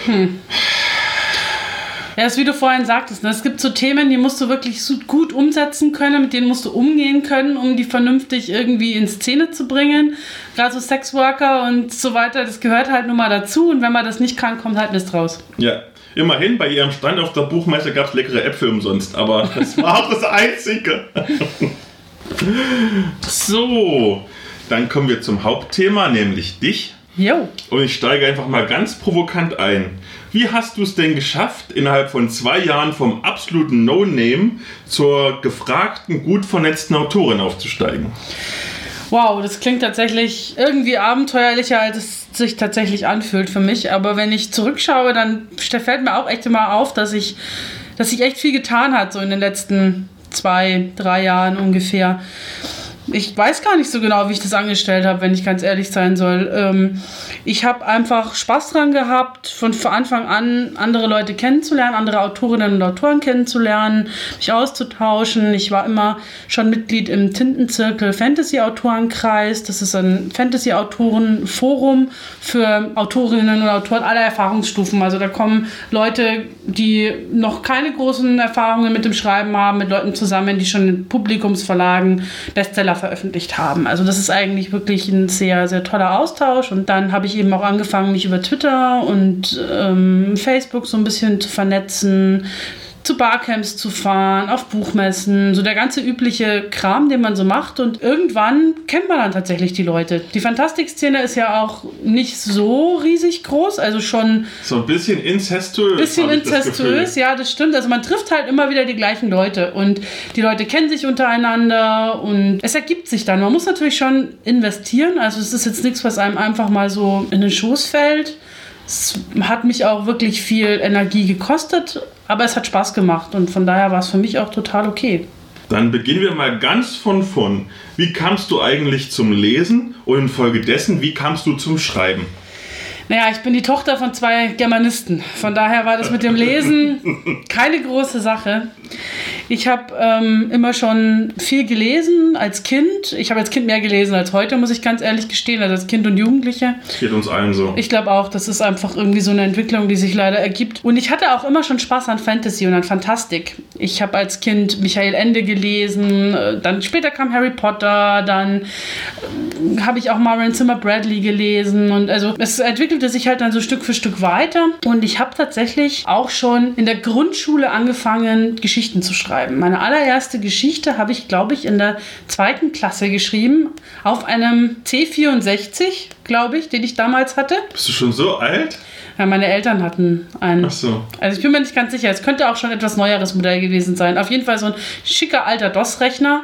Ja, das ist, wie du vorhin sagtest, ne? Es gibt so Themen, die musst du wirklich so gut umsetzen können, mit denen musst du umgehen können, um die vernünftig irgendwie in Szene zu bringen. Gerade so Sexworker und so weiter, das gehört halt nun mal dazu und wenn man das nicht kann, kommt halt Mist raus. Ja, immerhin, bei ihrem Stand auf der Buchmesse gab es leckere Äpfel umsonst, aber das war auch das Einzige. So, dann kommen wir zum Hauptthema, nämlich dich. Jo. Und ich steige einfach mal ganz provokant ein. Wie hast du es denn geschafft, innerhalb von 2 Jahren vom absoluten No-Name zur gefragten, gut vernetzten Autorin aufzusteigen? Wow, das klingt tatsächlich irgendwie abenteuerlicher, als es sich tatsächlich anfühlt für mich. Aber wenn ich zurückschaue, dann fällt mir auch echt immer auf, dass sich echt viel getan hat, so in den letzten 2-3 Jahren ungefähr. Ich weiß gar nicht so genau, wie ich das angestellt habe, wenn ich ganz ehrlich sein soll. Ich habe einfach Spaß dran gehabt, von Anfang an andere Leute kennenzulernen, andere Autorinnen und Autoren kennenzulernen, mich auszutauschen. Ich war immer schon Mitglied im Tintenzirkel Fantasy-Autorenkreis. Das ist ein Fantasy-Autoren-Forum für Autorinnen und Autoren aller Erfahrungsstufen. Also da kommen Leute, die noch keine großen Erfahrungen mit dem Schreiben haben, mit Leuten zusammen, die schon in Publikumsverlagen Bestseller veröffentlicht haben. Also das ist eigentlich wirklich ein sehr, sehr toller Austausch. Und dann habe ich eben auch angefangen, mich über Twitter und Facebook so ein bisschen zu vernetzen. zu Barcamps zu fahren, auf Buchmessen, so der ganze übliche Kram, den man so macht. Und irgendwann kennt man dann tatsächlich die Leute. Die Fantastik-Szene ist ja auch nicht so riesig groß, also schon... So ein bisschen inzestuös, ja, das stimmt. Also man trifft halt immer wieder die gleichen Leute und die Leute kennen sich untereinander und es ergibt sich dann. Man muss natürlich schon investieren, also es ist jetzt nichts, was einem einfach mal so in den Schoß fällt. Es hat mich auch wirklich viel Energie gekostet, aber es hat Spaß gemacht und von daher war es für mich auch total okay. Dann beginnen wir mal ganz von vorn. Wie kamst du eigentlich zum Lesen und infolgedessen, wie kamst du zum Schreiben? Naja, ich bin die Tochter von 2 Germanisten. Von daher war das mit dem Lesen keine große Sache. Ich habe immer schon viel gelesen als Kind. Ich habe als Kind mehr gelesen als heute, muss ich ganz ehrlich gestehen, also als Kind und Jugendliche. Das geht uns allen so. Ich glaube auch, das ist einfach irgendwie so eine Entwicklung, die sich leider ergibt. Und ich hatte auch immer schon Spaß an Fantasy und an Fantastik. Ich habe als Kind Michael Ende gelesen, dann später kam Harry Potter, dann habe ich auch Marion Zimmer Bradley gelesen und also es entwickelte sich halt dann so Stück für Stück weiter und ich habe tatsächlich auch schon in der Grundschule angefangen, Geschichten zu schreiben. Meine allererste Geschichte habe ich, glaube ich, in der 2. Klasse geschrieben, auf einem C64, glaube ich, den ich damals hatte. Bist du schon so alt? Ja, meine Eltern hatten einen. Ach so. Also ich bin mir nicht ganz sicher, es könnte auch schon etwas neueres Modell gewesen sein. Auf jeden Fall so ein schicker alter DOS-Rechner.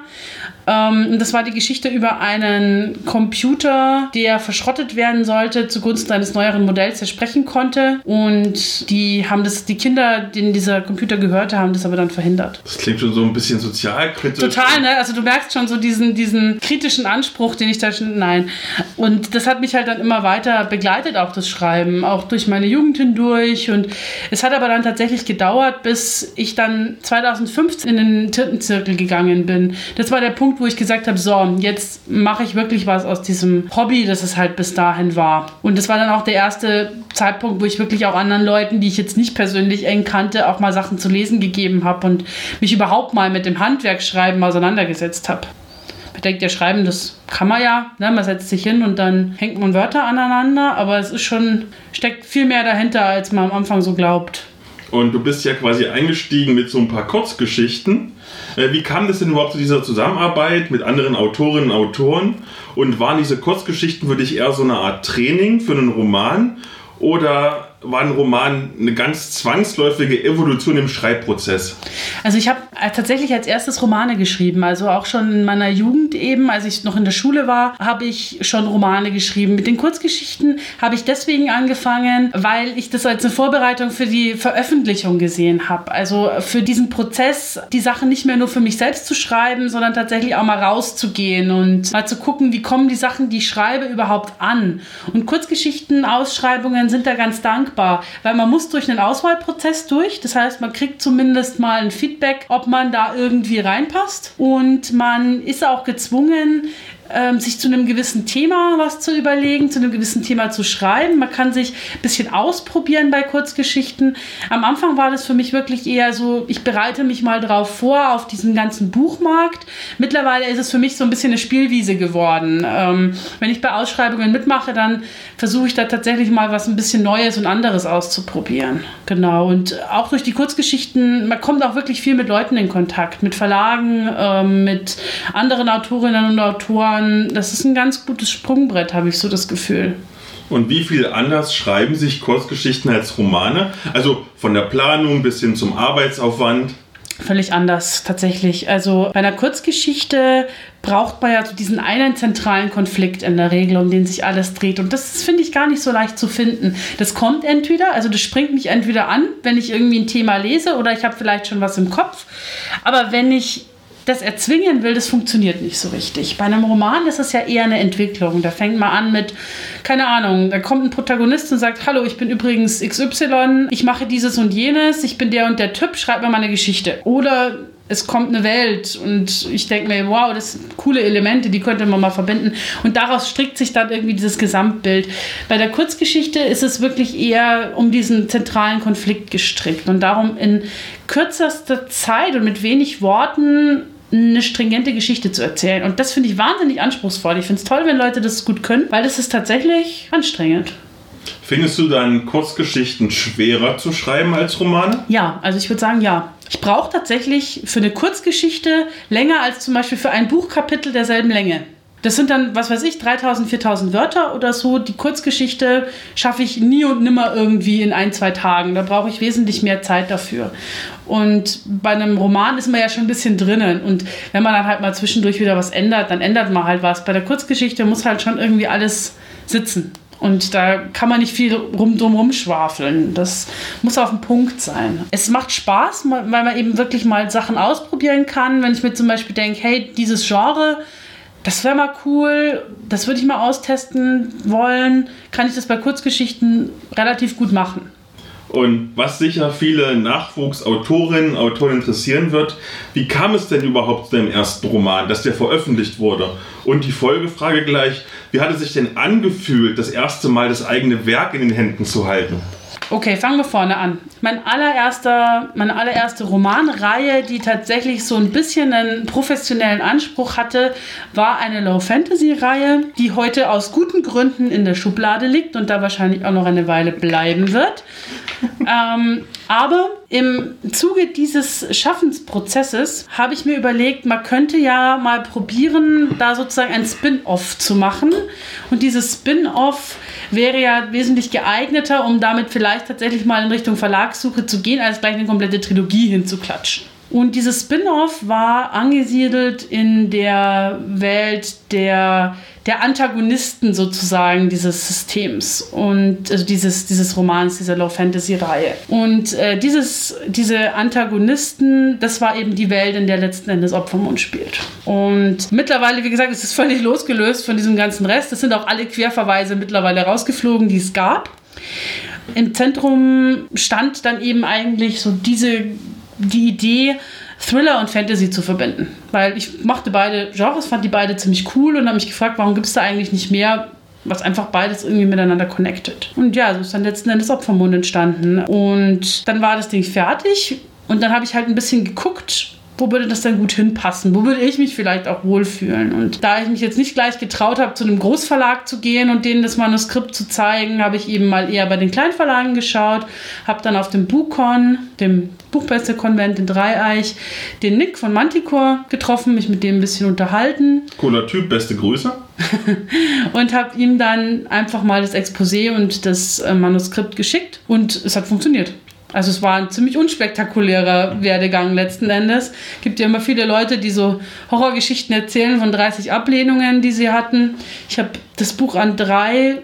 Das war die Geschichte über einen Computer, der verschrottet werden sollte zugunsten eines neueren Modells, der sprechen konnte. Und die Kinder, denen dieser Computer gehörte, haben das aber dann verhindert. Das klingt schon so ein bisschen sozialkritisch. Total, ne? Also du merkst schon so diesen kritischen Anspruch, den ich da schon... Nein. Und das hat mich halt dann immer weiter begleitet, auch das Schreiben, auch durch meine Jugend hindurch. Und es hat aber dann tatsächlich gedauert, bis ich dann 2015 in den Tintenzirkel gegangen bin. Das war der Punkt, wo ich gesagt habe, so, jetzt mache ich wirklich was aus diesem Hobby, das es halt bis dahin war. Und das war dann auch der erste Zeitpunkt, wo ich wirklich auch anderen Leuten, die ich jetzt nicht persönlich eng kannte, auch mal Sachen zu lesen gegeben habe und mich überhaupt mal mit dem Handwerksschreiben auseinandergesetzt habe. Man denkt ja, Schreiben, das kann man ja, ne? Man setzt sich hin und dann hängt man Wörter aneinander, aber es ist steckt viel mehr dahinter, als man am Anfang so glaubt. Und du bist ja quasi eingestiegen mit so ein paar Kurzgeschichten. Wie kam das denn überhaupt zu dieser Zusammenarbeit mit anderen Autorinnen und Autoren? Und waren diese Kurzgeschichten für dich eher so eine Art Training für einen Roman? Oder war ein Roman eine ganz zwangsläufige Evolution im Schreibprozess? Also ich habe tatsächlich als erstes Romane geschrieben, also auch schon in meiner Jugend eben, als ich noch in der Schule war, habe ich schon Romane geschrieben. Mit den Kurzgeschichten habe ich deswegen angefangen, weil ich das als eine Vorbereitung für die Veröffentlichung gesehen habe. Also für diesen Prozess, die Sachen nicht mehr nur für mich selbst zu schreiben, sondern tatsächlich auch mal rauszugehen und mal zu gucken, wie kommen die Sachen, die ich schreibe, überhaupt an. Und Kurzgeschichten, Ausschreibungen sind da ganz dankbar, weil man muss durch einen Auswahlprozess durch. Das heißt, man kriegt zumindest mal ein Feedback, ob man da irgendwie reinpasst. Und man ist auch gezwungen, sich zu einem gewissen Thema was zu überlegen, zu einem gewissen Thema zu schreiben. Man kann sich ein bisschen ausprobieren bei Kurzgeschichten. Am Anfang war das für mich wirklich eher so, ich bereite mich mal drauf vor, auf diesen ganzen Buchmarkt. Mittlerweile ist es für mich so ein bisschen eine Spielwiese geworden. Wenn ich bei Ausschreibungen mitmache, dann versuche ich da tatsächlich mal was ein bisschen Neues und anderes auszuprobieren. Genau, und auch durch die Kurzgeschichten, man kommt auch wirklich viel mit Leuten in Kontakt, mit Verlagen, mit anderen Autorinnen und Autoren. Das ist ein ganz gutes Sprungbrett, habe ich so das Gefühl. Und wie viel anders schreiben sich Kurzgeschichten als Romane? Also von der Planung bis hin zum Arbeitsaufwand? Völlig anders, tatsächlich. Also bei einer Kurzgeschichte braucht man ja so diesen einen zentralen Konflikt in der Regel, um den sich alles dreht. Und das finde ich gar nicht so leicht zu finden. Das kommt entweder, also das springt mich entweder an, wenn ich irgendwie ein Thema lese oder ich habe vielleicht schon was im Kopf. Aber wenn ich das erzwingen will, das funktioniert nicht so richtig. Bei einem Roman ist es ja eher eine Entwicklung. Da fängt man an mit, keine Ahnung, da kommt ein Protagonist und sagt, hallo, ich bin übrigens XY, ich mache dieses und jenes, ich bin der und der Typ, schreib mir mal eine Geschichte. Oder es kommt eine Welt und ich denke mir, wow, das sind coole Elemente, die könnte man mal verbinden. Und daraus strickt sich dann irgendwie dieses Gesamtbild. Bei der Kurzgeschichte ist es wirklich eher um diesen zentralen Konflikt gestrickt und darum in kürzester Zeit und mit wenig Worten eine stringente Geschichte zu erzählen. Und das finde ich wahnsinnig anspruchsvoll. Ich finde es toll, wenn Leute das gut können, weil das ist tatsächlich anstrengend. Findest du dann Kurzgeschichten schwerer zu schreiben als Romane? Ja, also ich würde sagen, ja. Ich brauche tatsächlich für eine Kurzgeschichte länger als zum Beispiel für ein Buchkapitel derselben Länge. Das sind dann, 3.000, 4.000 Wörter oder so. Die Kurzgeschichte schaffe ich nie und nimmer irgendwie in 1-2 Tagen. Da brauche ich wesentlich mehr Zeit dafür. Und bei einem Roman ist man ja schon ein bisschen drinnen. Und wenn man dann halt mal zwischendurch wieder was ändert, dann ändert man halt was. Bei der Kurzgeschichte muss halt schon irgendwie alles sitzen. Und da kann man nicht viel drumherum schwafeln. Das muss auf den Punkt sein. Es macht Spaß, weil man eben wirklich mal Sachen ausprobieren kann. Wenn ich mir zum Beispiel denke, hey, dieses Genre, das wäre mal cool, das würde ich mal austesten wollen, kann ich das bei Kurzgeschichten relativ gut machen. Und was sicher viele Nachwuchsautorinnen und Autoren interessieren wird, wie kam es denn überhaupt zu deinem ersten Roman, dass der veröffentlicht wurde? Und die Folgefrage gleich, wie hat es sich denn angefühlt, das erste Mal das eigene Werk in den Händen zu halten? Okay, fangen wir vorne an. Meine allererste Romanreihe, die tatsächlich so ein bisschen einen professionellen Anspruch hatte, war eine Low-Fantasy-Reihe, die heute aus guten Gründen in der Schublade liegt und da wahrscheinlich auch noch eine Weile bleiben wird. Aber im Zuge dieses Schaffensprozesses habe ich mir überlegt, man könnte ja mal probieren, da sozusagen ein Spin-off zu machen. Und dieses Spin-off wäre ja wesentlich geeigneter, um damit vielleicht tatsächlich mal in Richtung Verlagssuche zu gehen, als gleich eine komplette Trilogie hinzuklatschen. Und dieses Spin-off war angesiedelt in der Welt der Antagonisten sozusagen dieses Systems und also dieses Romans, dieser Low-Fantasy-Reihe. Und diese Antagonisten, das war eben die Welt, in der letzten Endes Opfermond spielt. Und mittlerweile, wie gesagt, ist es völlig losgelöst von diesem ganzen Rest. Es sind auch alle Querverweise mittlerweile rausgeflogen, die es gab. Im Zentrum stand dann eben eigentlich so die Idee, Thriller und Fantasy zu verbinden. Weil ich mochte beide Genres, fand die beide ziemlich cool und habe mich gefragt, warum gibt es da eigentlich nicht mehr, was einfach beides irgendwie miteinander connected. Und ja, so ist dann letzten Endes Opfermond entstanden. Und dann war das Ding fertig und dann habe ich halt ein bisschen geguckt, wo würde das denn gut hinpassen? Wo würde ich mich vielleicht auch wohlfühlen? Und da ich mich jetzt nicht gleich getraut habe, zu einem Großverlag zu gehen und denen das Manuskript zu zeigen, habe ich eben mal eher bei den Kleinverlagen geschaut, habe dann auf dem BuchCon, dem Buchpressekonvent in Dreieich, den Nick von Manticore getroffen, mich mit dem ein bisschen unterhalten. Cooler Typ, beste Grüße. Und habe ihm dann einfach mal das Exposé und das Manuskript geschickt und es hat funktioniert. Also es war ein ziemlich unspektakulärer Werdegang letzten Endes. Es gibt ja immer viele Leute, die so Horrorgeschichten erzählen von 30 Ablehnungen, die sie hatten. Ich habe das Buch an 3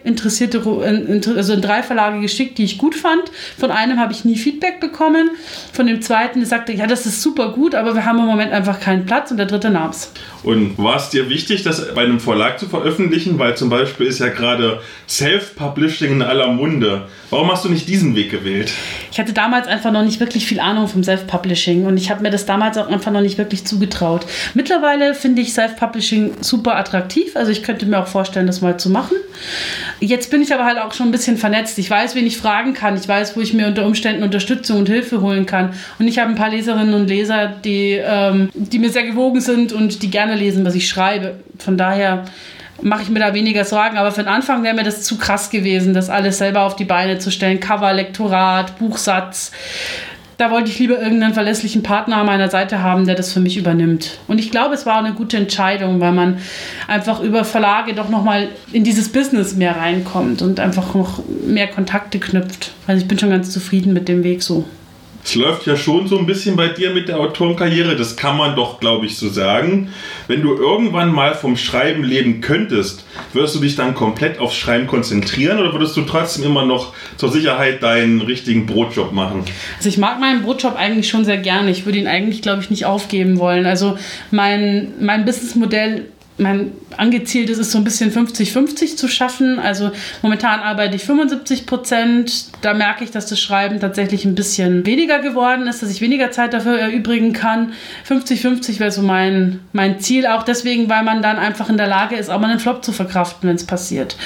in 3 Verlage geschickt, die ich gut fand. Von einem habe ich nie Feedback bekommen. Von dem zweiten, der sagte, ja, das ist super gut, aber wir haben im Moment einfach keinen Platz, und der dritte nahm es. Und war es dir wichtig, das bei einem Verlag zu veröffentlichen? Weil zum Beispiel ist ja gerade Self-Publishing in aller Munde. Warum hast du nicht diesen Weg gewählt? Ich hatte damals einfach noch nicht wirklich viel Ahnung vom Self-Publishing und ich habe mir das damals auch einfach noch nicht wirklich zugetraut. Mittlerweile finde ich Self-Publishing super attraktiv, also ich könnte mir auch vorstellen, das mal zu machen. Jetzt bin ich aber halt auch schon ein bisschen vernetzt. Ich weiß, wen ich fragen kann. Ich weiß, wo ich mir unter Umständen Unterstützung und Hilfe holen kann. Und ich habe ein paar Leserinnen und Leser, die mir sehr gewogen sind und die gerne lesen, was ich schreibe. Von daher mache ich mir da weniger Sorgen. Aber für den Anfang wäre mir das zu krass gewesen, das alles selber auf die Beine zu stellen. Cover, Lektorat, Buchsatz. Da wollte ich lieber irgendeinen verlässlichen Partner an meiner Seite haben, der das für mich übernimmt. Und ich glaube, es war auch eine gute Entscheidung, weil man einfach über Verlage doch nochmal in dieses Business mehr reinkommt und einfach noch mehr Kontakte knüpft. Also ich bin schon ganz zufrieden mit dem Weg so. Es läuft ja schon so ein bisschen bei dir mit der Autorenkarriere, das kann man doch, glaube ich, so sagen. Wenn du irgendwann mal vom Schreiben leben könntest, würdest du dich dann komplett aufs Schreiben konzentrieren oder würdest du trotzdem immer noch zur Sicherheit deinen richtigen Brotjob machen? Also ich mag meinen Brotjob eigentlich schon sehr gerne. Ich würde ihn eigentlich, glaube ich, nicht aufgeben wollen. Also mein Businessmodell, mein angezielt ist so ein bisschen 50-50 zu schaffen. Also momentan arbeite ich 75%. Da merke ich, dass das Schreiben tatsächlich ein bisschen weniger geworden ist, dass ich weniger Zeit dafür erübrigen kann. 50-50 wäre so mein Ziel, auch deswegen, weil man dann einfach in der Lage ist, auch mal einen Flop zu verkraften, wenn es passiert.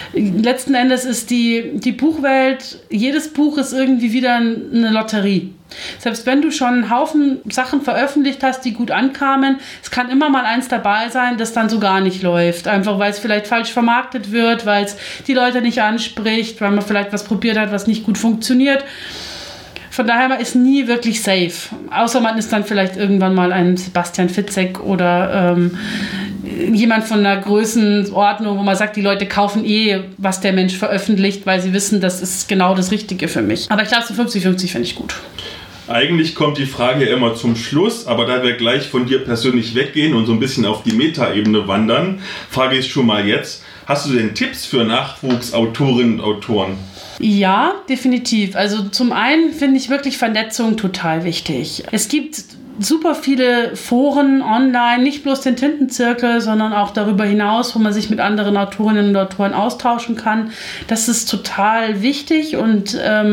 Letzten Endes ist die Buchwelt, jedes Buch ist irgendwie wieder eine Lotterie. Selbst wenn du schon einen Haufen Sachen veröffentlicht hast, die gut ankamen, es kann immer mal eins dabei sein, das dann so gar nicht läuft. Einfach weil es vielleicht falsch vermarktet wird, weil es die Leute nicht anspricht, weil man vielleicht was probiert hat, was nicht gut funktioniert. Von daher, man ist nie wirklich safe. Außer man ist dann vielleicht irgendwann mal ein Sebastian Fitzek oder jemand von einer Größenordnung, wo man sagt, die Leute kaufen was der Mensch veröffentlicht, weil sie wissen, das ist genau das Richtige für mich. Aber ich glaube, so 50-50 finde ich gut. Eigentlich kommt die Frage ja immer zum Schluss, aber da wir gleich von dir persönlich weggehen und so ein bisschen auf die Metaebene wandern, frage ich schon mal jetzt, hast du denn Tipps für Nachwuchsautorinnen und Autoren? Ja, definitiv. Also zum einen finde ich wirklich Vernetzung total wichtig. Es gibt super viele Foren online, nicht bloß den Tintenzirkel, sondern auch darüber hinaus, wo man sich mit anderen Autorinnen und Autoren austauschen kann. Das ist total wichtig und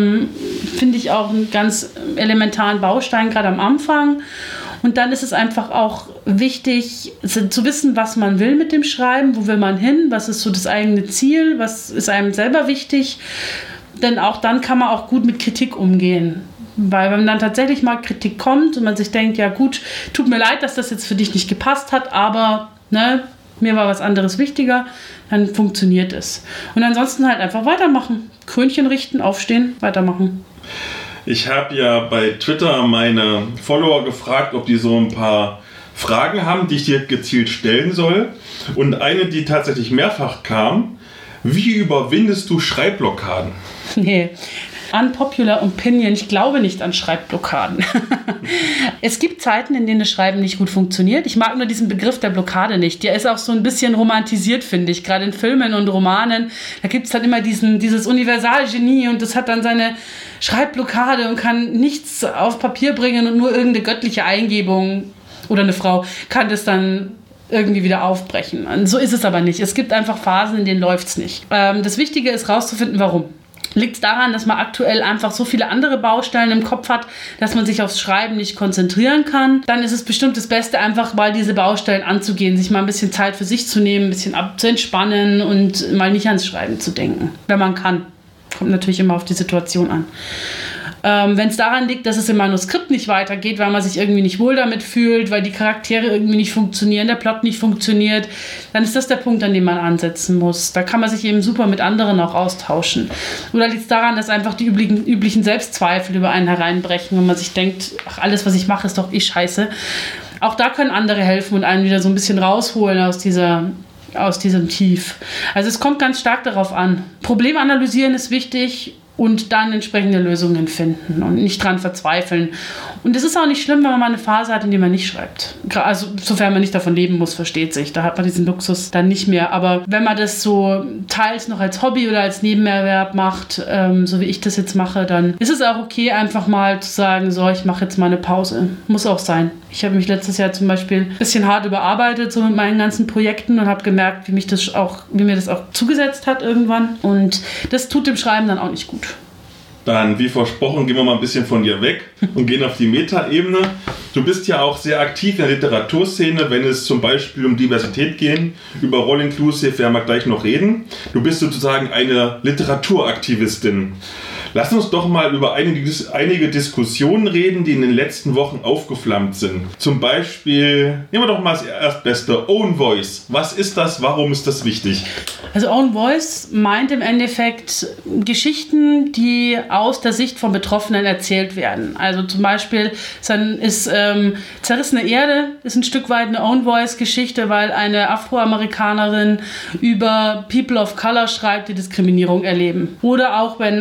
finde ich auch einen ganz elementaren Baustein, gerade am Anfang. Und dann ist es einfach auch wichtig zu wissen, was man will mit dem Schreiben, wo will man hin, was ist so das eigene Ziel, was ist einem selber wichtig. Denn auch dann kann man auch gut mit Kritik umgehen. Weil wenn dann tatsächlich mal Kritik kommt und man sich denkt, ja gut, tut mir leid, dass das jetzt für dich nicht gepasst hat, aber mir war was anderes wichtiger, dann funktioniert es. Und ansonsten halt einfach weitermachen. Krönchen richten, aufstehen, weitermachen. Ich habe ja bei Twitter meine Follower gefragt, ob die so ein paar Fragen haben, die ich dir gezielt stellen soll. Und eine, die tatsächlich mehrfach kam: Wie überwindest du Schreibblockaden? Nee, unpopular opinion, ich glaube nicht an Schreibblockaden. Es gibt Zeiten, in denen das Schreiben nicht gut funktioniert. Ich mag nur diesen Begriff der Blockade nicht. Der ist auch so ein bisschen romantisiert, finde ich. Gerade in Filmen und Romanen, da gibt es dann immer dieses Universalgenie und das hat dann seine Schreibblockade und kann nichts auf Papier bringen und nur irgendeine göttliche Eingebung oder eine Frau kann das dann irgendwie wieder aufbrechen. Und so ist es aber nicht. Es gibt einfach Phasen, in denen läuft es nicht. Das Wichtige ist rauszufinden, warum. Liegt es daran, dass man aktuell einfach so viele andere Baustellen im Kopf hat, dass man sich aufs Schreiben nicht konzentrieren kann? Dann ist es bestimmt das Beste, einfach mal diese Baustellen anzugehen, sich mal ein bisschen Zeit für sich zu nehmen, ein bisschen zu entspannen und mal nicht ans Schreiben zu denken, wenn man kann. Kommt natürlich immer auf die Situation an. Wenn es daran liegt, dass es im Manuskript nicht weitergeht, weil man sich irgendwie nicht wohl damit fühlt, weil die Charaktere irgendwie nicht funktionieren, der Plot nicht funktioniert, dann ist das der Punkt, an dem man ansetzen muss. Da kann man sich eben super mit anderen auch austauschen. Oder liegt es daran, dass einfach die üblichen Selbstzweifel über einen hereinbrechen und man sich denkt, ach, alles, was ich mache, ist doch scheiße. Auch da können andere helfen und einen wieder so ein bisschen rausholen aus diesem Tief. Also es kommt ganz stark darauf an. Problem analysieren ist wichtig und dann entsprechende Lösungen finden und nicht dran verzweifeln. Und es ist auch nicht schlimm, wenn man mal eine Phase hat, in der man nicht schreibt. Also sofern man nicht davon leben muss, versteht sich. Da hat man diesen Luxus dann nicht mehr. Aber wenn man das so teils noch als Hobby oder als Nebenerwerb macht, so wie ich das jetzt mache, dann ist es auch okay, einfach mal zu sagen, so, ich mache jetzt mal eine Pause. Muss auch sein. Ich habe mich letztes Jahr zum Beispiel ein bisschen hart überarbeitet, so mit meinen ganzen Projekten und habe gemerkt, wie mir das auch zugesetzt hat irgendwann. Und das tut dem Schreiben dann auch nicht gut. Dann, wie versprochen, gehen wir mal ein bisschen von dir weg und gehen auf die Metaebene. Du bist ja auch sehr aktiv in der Literaturszene, wenn es zum Beispiel um Diversität geht. Über All Inclusive werden wir gleich noch reden. Du bist sozusagen eine Literaturaktivistin. Lass uns doch mal über einige Diskussionen reden, die in den letzten Wochen aufgeflammt sind. Zum Beispiel, nehmen wir doch mal das Erstbeste, Own Voice. Was ist das? Warum ist das wichtig? Also Own Voice meint im Endeffekt Geschichten, die aus der Sicht von Betroffenen erzählt werden. Also zum Beispiel ist Zerrissene Erde ist ein Stück weit eine Own Voice Geschichte, weil eine Afroamerikanerin über People of Color schreibt, die Diskriminierung erleben. Oder auch wenn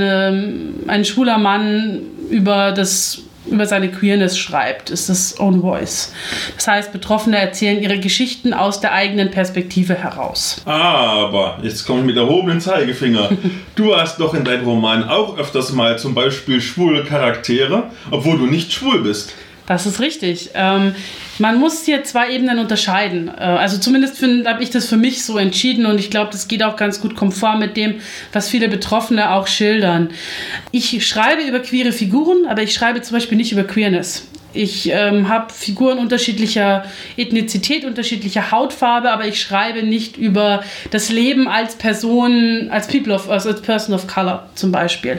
ein schwuler Mann über seine Queerness schreibt, ist das Own Voice. Das heißt, Betroffene erzählen ihre Geschichten aus der eigenen Perspektive heraus. Aber, jetzt komme ich mit erhobenen Zeigefinger. Du hast doch in deinen Romanen auch öfters mal zum Beispiel schwule Charaktere, obwohl du nicht schwul bist. Das ist richtig. Man muss hier zwei Ebenen unterscheiden. Also zumindest habe ich das für mich so entschieden und ich glaube, das geht auch ganz gut konform mit dem, was viele Betroffene auch schildern. Ich schreibe über queere Figuren, aber ich schreibe zum Beispiel nicht über Queerness. Ich habe Figuren unterschiedlicher Ethnizität, unterschiedlicher Hautfarbe, aber ich schreibe nicht über das Leben als Person, als Person of Color zum Beispiel.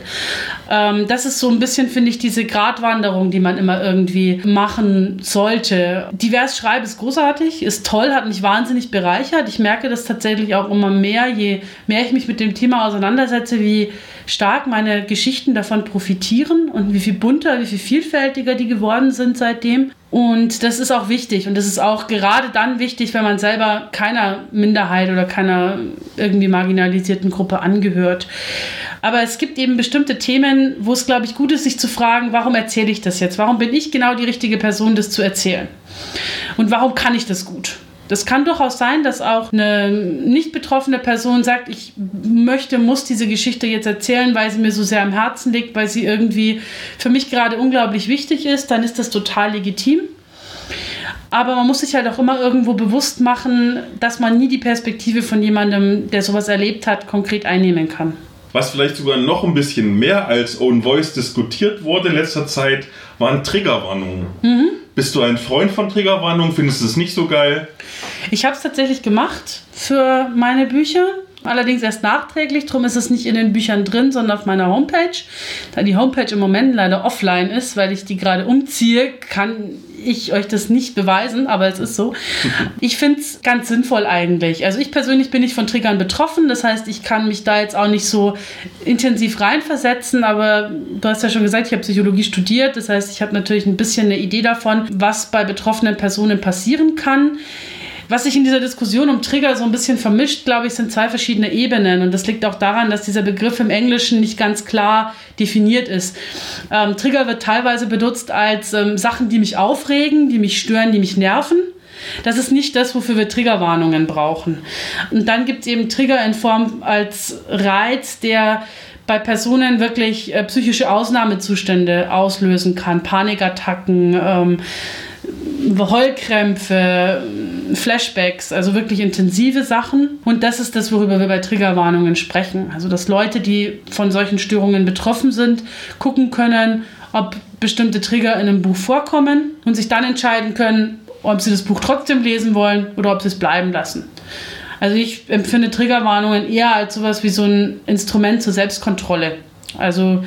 Das ist so ein bisschen, finde ich, diese Gratwanderung, die man immer irgendwie machen sollte. Divers schreiben ist großartig, ist toll, hat mich wahnsinnig bereichert. Ich merke das tatsächlich auch immer mehr, je mehr ich mich mit dem Thema auseinandersetze, wie stark meine Geschichten davon profitieren und wie viel bunter, wie viel vielfältiger die geworden sind seitdem. Und das ist auch wichtig. Und das ist auch gerade dann wichtig, wenn man selber keiner Minderheit oder keiner irgendwie marginalisierten Gruppe angehört. Aber es gibt eben bestimmte Themen, wo es, glaube ich, gut ist, sich zu fragen, warum erzähle ich das jetzt? Warum bin ich genau die richtige Person, das zu erzählen? Und warum kann ich das gut? Das kann durchaus sein, dass auch eine nicht betroffene Person sagt, ich muss diese Geschichte jetzt erzählen, weil sie mir so sehr am Herzen liegt, weil sie irgendwie für mich gerade unglaublich wichtig ist, dann ist das total legitim. Aber man muss sich halt auch immer irgendwo bewusst machen, dass man nie die Perspektive von jemandem, der sowas erlebt hat, konkret einnehmen kann. Was vielleicht sogar noch ein bisschen mehr als Own Voice diskutiert wurde in letzter Zeit, waren Triggerwarnungen. Mhm. Bist du ein Freund von Triggerwarnungen? Findest du es nicht so geil? Ich habe es tatsächlich gemacht für meine Bücher. Allerdings erst nachträglich, darum ist es nicht in den Büchern drin, sondern auf meiner Homepage. Da die Homepage im Moment leider offline ist, weil ich die gerade umziehe, kann ich euch das nicht beweisen, aber es ist so. Ich finde es ganz sinnvoll eigentlich. Also ich persönlich bin nicht von Triggern betroffen, das heißt, ich kann mich da jetzt auch nicht so intensiv reinversetzen, aber du hast ja schon gesagt, ich habe Psychologie studiert, das heißt, ich habe natürlich ein bisschen eine Idee davon, was bei betroffenen Personen passieren kann. Was sich in dieser Diskussion um Trigger so ein bisschen vermischt, glaube ich, sind zwei verschiedene Ebenen. Und das liegt auch daran, dass dieser Begriff im Englischen nicht ganz klar definiert ist. Trigger wird teilweise benutzt als Sachen, die mich aufregen, die mich stören, die mich nerven. Das ist nicht das, wofür wir Triggerwarnungen brauchen. Und dann gibt es eben Trigger in Form als Reiz, der bei Personen wirklich psychische Ausnahmezustände auslösen kann. Panikattacken, Heulkrämpfe, Flashbacks, also wirklich intensive Sachen. Und das ist das, worüber wir bei Triggerwarnungen sprechen. Also, dass Leute, die von solchen Störungen betroffen sind, gucken können, ob bestimmte Trigger in einem Buch vorkommen und sich dann entscheiden können, ob sie das Buch trotzdem lesen wollen oder ob sie es bleiben lassen. Also ich empfinde Triggerwarnungen eher als sowas wie so ein Instrument zur Selbstkontrolle. Also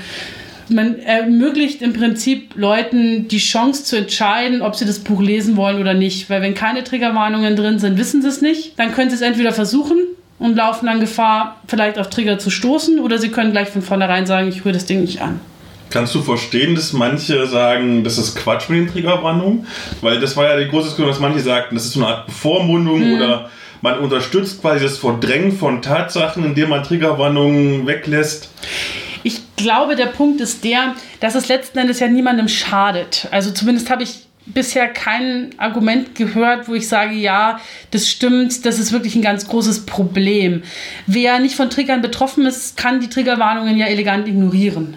man ermöglicht im Prinzip Leuten die Chance zu entscheiden, ob sie das Buch lesen wollen oder nicht. Weil wenn keine Triggerwarnungen drin sind, wissen sie es nicht. Dann können sie es entweder versuchen und laufen dann Gefahr, vielleicht auf Trigger zu stoßen, oder sie können gleich von vornherein sagen, ich rühre das Ding nicht an. Kannst du verstehen, dass manche sagen, das ist Quatsch mit den Triggerwarnungen? Weil das war ja die große Diskussion, dass manche sagten, das ist so eine Art Bevormundung oder man unterstützt quasi das Verdrängen von Tatsachen, indem man Triggerwarnungen weglässt. Ich glaube, der Punkt ist der, dass es letzten Endes ja niemandem schadet. Also zumindest habe ich bisher kein Argument gehört, wo ich sage, ja, das stimmt, das ist wirklich ein ganz großes Problem. Wer nicht von Triggern betroffen ist, kann die Triggerwarnungen ja elegant ignorieren.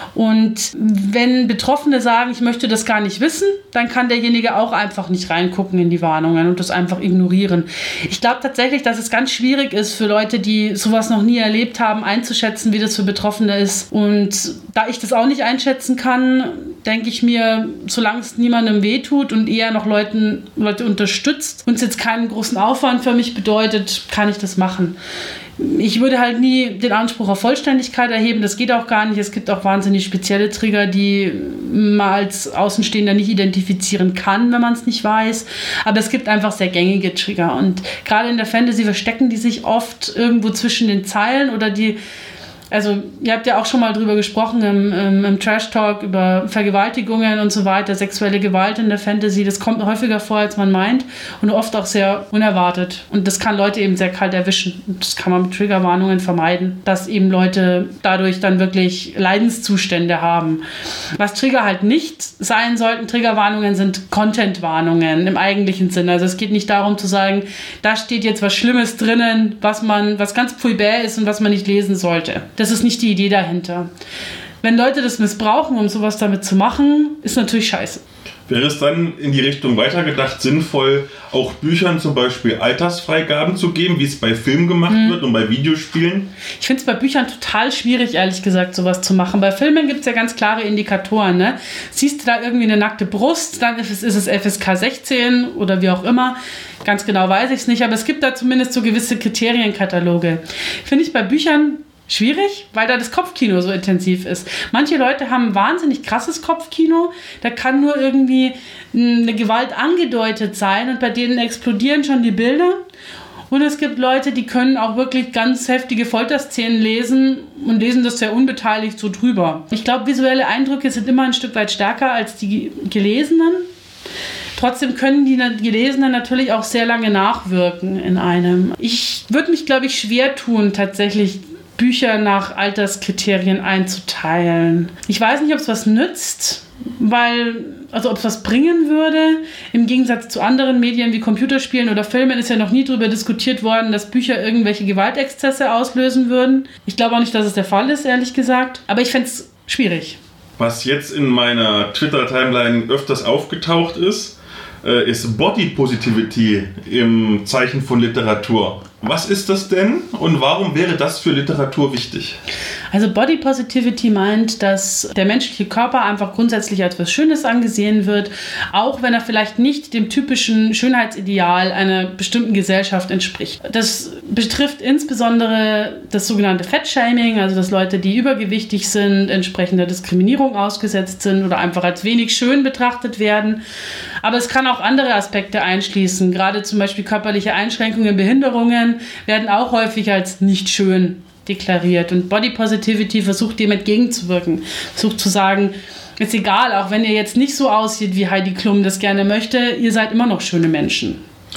Und wenn Betroffene sagen, ich möchte das gar nicht wissen, dann kann derjenige auch einfach nicht reingucken in die Warnungen und das einfach ignorieren. Ich glaube tatsächlich, dass es ganz schwierig ist für Leute, die sowas noch nie erlebt haben, einzuschätzen, wie das für Betroffene ist. Und da ich das auch nicht einschätzen kann, denke ich mir, solange es niemandem wehtut und eher noch Leute unterstützt und es jetzt keinen großen Aufwand für mich bedeutet, kann ich das machen. Ich würde halt nie den Anspruch auf Vollständigkeit erheben, das geht auch gar nicht. Es gibt auch wahnsinnig spezielle Trigger, die man als Außenstehender nicht identifizieren kann, wenn man es nicht weiß. Aber es gibt einfach sehr gängige Trigger. Und gerade in der Fantasy verstecken die sich oft irgendwo zwischen den Zeilen oder also ihr habt ja auch schon mal drüber gesprochen im Trash-Talk über Vergewaltigungen und so weiter, sexuelle Gewalt in der Fantasy, das kommt häufiger vor, als man meint und oft auch sehr unerwartet. Und das kann Leute eben sehr kalt erwischen. Und das kann man mit Triggerwarnungen vermeiden, dass eben Leute dadurch dann wirklich Leidenszustände haben. Was Trigger halt nicht sein sollten, Triggerwarnungen sind Content-Warnungen im eigentlichen Sinne. Also es geht nicht darum zu sagen, da steht jetzt was Schlimmes drinnen, was ganz pui-bäh ist und was man nicht lesen sollte. Das ist nicht die Idee dahinter. wenn Leute das missbrauchen, um sowas damit zu machen, ist natürlich scheiße. Wäre es dann in die Richtung weitergedacht sinnvoll, auch Büchern zum Beispiel Altersfreigaben zu geben, wie es bei Filmen gemacht wird und bei Videospielen? Ich finde es bei Büchern total schwierig, ehrlich gesagt, sowas zu machen. Bei Filmen gibt es ja ganz klare Indikatoren. Ne? Siehst du da irgendwie eine nackte Brust, dann ist es FSK 16 oder wie auch immer. Ganz genau weiß ich es nicht, aber es gibt da zumindest so gewisse Kriterienkataloge. Finde ich bei Büchern schwierig, weil da das Kopfkino so intensiv ist. Manche Leute haben ein wahnsinnig krasses Kopfkino, da kann nur irgendwie eine Gewalt angedeutet sein und bei denen explodieren schon die Bilder. Und es gibt Leute, die können auch wirklich ganz heftige Folterszenen lesen und lesen das sehr unbeteiligt so drüber. Ich glaube, visuelle Eindrücke sind immer ein Stück weit stärker als die gelesenen. Trotzdem können die Gelesenen natürlich auch sehr lange nachwirken in einem. Ich würde mich, glaube ich, schwer tun, tatsächlich Bücher nach Alterskriterien einzuteilen. Ich weiß nicht, ob es was nützt, ob es was bringen würde. Im Gegensatz zu anderen Medien wie Computerspielen oder Filmen ist ja noch nie darüber diskutiert worden, dass Bücher irgendwelche Gewaltexzesse auslösen würden. Ich glaube auch nicht, dass es der Fall ist, ehrlich gesagt. Aber ich fände es schwierig. Was jetzt in meiner Twitter-Timeline öfters aufgetaucht ist Body Positivity im Zeichen von Literatur. Was ist das denn und warum wäre das für Literatur wichtig? Also Body Positivity meint, dass der menschliche Körper einfach grundsätzlich als etwas Schönes angesehen wird, auch wenn er vielleicht nicht dem typischen Schönheitsideal einer bestimmten Gesellschaft entspricht. Das betrifft insbesondere das sogenannte Fettshaming, also dass Leute, die übergewichtig sind, entsprechender Diskriminierung ausgesetzt sind oder einfach als wenig schön betrachtet werden. Aber es kann auch andere Aspekte einschließen, gerade zum Beispiel körperliche Einschränkungen, Behinderungen werden auch häufig als nicht schön deklariert. Und Body Positivity versucht dem entgegenzuwirken. Versucht zu sagen, ist egal, auch wenn ihr jetzt nicht so aussieht, wie Heidi Klum das gerne möchte, ihr seid immer noch schöne Menschen.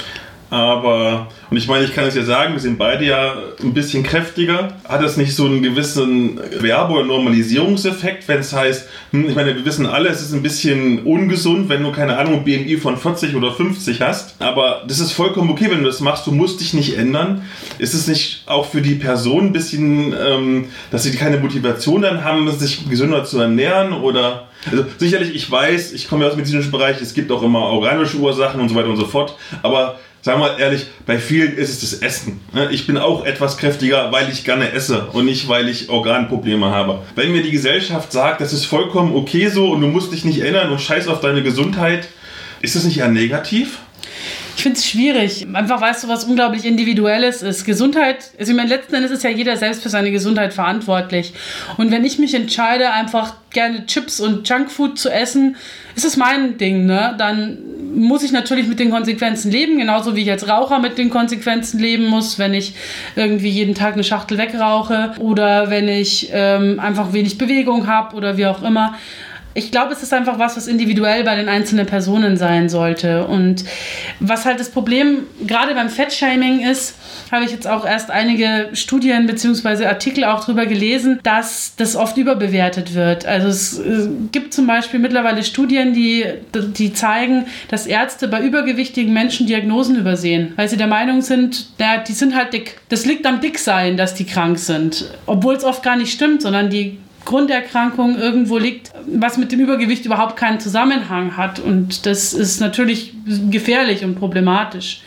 Aber, und ich meine, ich kann es ja sagen, wir sind beide ja ein bisschen kräftiger. Hat das nicht so einen gewissen Werbe- oder Normalisierungseffekt, wenn es heißt, ich meine, wir wissen alle, es ist ein bisschen ungesund, wenn du, keine Ahnung, BMI von 40 oder 50 hast. Aber das ist vollkommen okay, wenn du das machst, du musst dich nicht ändern. Ist es nicht auch für die Person ein bisschen, dass sie keine Motivation dann haben, sich gesünder zu ernähren oder... Also sicherlich, ich weiß, ich komme ja aus dem medizinischen Bereich, es gibt auch immer organische Ursachen und so weiter und so fort, aber sagen wir mal ehrlich, bei vielen ist es das Essen. Ich bin auch etwas kräftiger, weil ich gerne esse und nicht, weil ich Organprobleme habe. Wenn mir die Gesellschaft sagt, das ist vollkommen okay so und du musst dich nicht ändern und scheiß auf deine Gesundheit, ist das nicht eher negativ? Ich finde es schwierig, einfach weil es so was unglaublich Individuelles ist. Gesundheit, also ich meine, letzten Endes ist ja jeder selbst für seine Gesundheit verantwortlich. Und wenn ich mich entscheide, einfach gerne Chips und Junkfood zu essen, ist es mein Ding, ne? Dann muss ich natürlich mit den Konsequenzen leben, genauso wie ich als Raucher mit den Konsequenzen leben muss, wenn ich irgendwie jeden Tag eine Schachtel wegrauche oder wenn ich einfach wenig Bewegung habe oder wie auch immer. Ich glaube, es ist einfach was individuell bei den einzelnen Personen sein sollte. Und was halt das Problem gerade beim Fettshaming ist, habe ich jetzt auch erst einige Studien bzw. Artikel auch drüber gelesen, dass das oft überbewertet wird. Also es gibt zum Beispiel mittlerweile Studien, die zeigen, dass Ärzte bei übergewichtigen Menschen Diagnosen übersehen, weil sie der Meinung sind, die sind halt dick. Das liegt am Dicksein, dass die krank sind. Obwohl es oft gar nicht stimmt, sondern die Grunderkrankung irgendwo liegt, was mit dem Übergewicht überhaupt keinen Zusammenhang hat. Und das ist natürlich gefährlich und problematisch.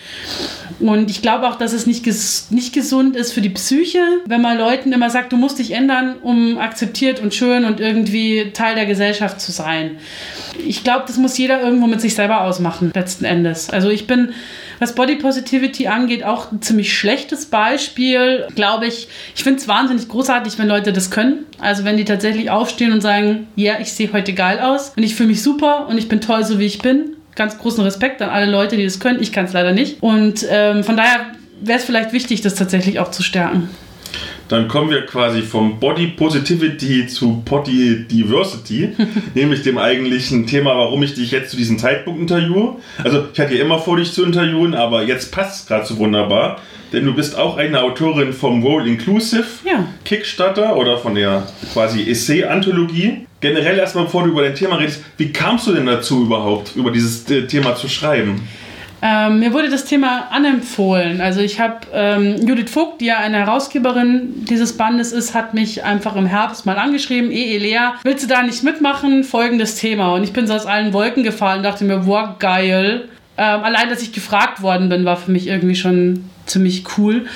Und ich glaube auch, dass es nicht gesund ist für die Psyche, wenn man Leuten immer sagt, du musst dich ändern, um akzeptiert und schön und irgendwie Teil der Gesellschaft zu sein. Ich glaube, das muss jeder irgendwo mit sich selber ausmachen, letzten Endes. Also ich bin, was Body Positivity angeht, auch ein ziemlich schlechtes Beispiel, glaube ich. Ich finde es wahnsinnig großartig, wenn Leute das können. Also wenn die tatsächlich aufstehen und sagen, ja, ich sehe heute geil aus und ich fühle mich super und ich bin toll, so wie ich bin. Ganz großen Respekt an alle Leute, die das können. Ich kann es leider nicht. Und von daher wäre es vielleicht wichtig, das tatsächlich auch zu stärken. Dann kommen wir quasi vom Body Positivity zu Body Diversity, nämlich dem eigentlichen Thema, warum ich dich jetzt zu diesem Zeitpunkt interviewe. Also ich hatte ja immer vor, dich zu interviewen, aber jetzt passt es gerade so wunderbar, denn du bist auch eine Autorin vom World Inclusive Kickstarter oder von der quasi Essay-Anthologie. Generell erstmal, bevor du über dein Thema redest, wie kamst du denn dazu überhaupt, über dieses Thema zu schreiben? Mir wurde das Thema anempfohlen. Also ich habe Judith Vogt, die ja eine Herausgeberin dieses Bandes ist, hat mich einfach im Herbst mal angeschrieben, Lea, willst du da nicht mitmachen? Folgendes Thema. Und ich bin so aus allen Wolken gefallen und dachte mir, wow, geil. Allein, dass ich gefragt worden bin, war für mich irgendwie schon ziemlich cool.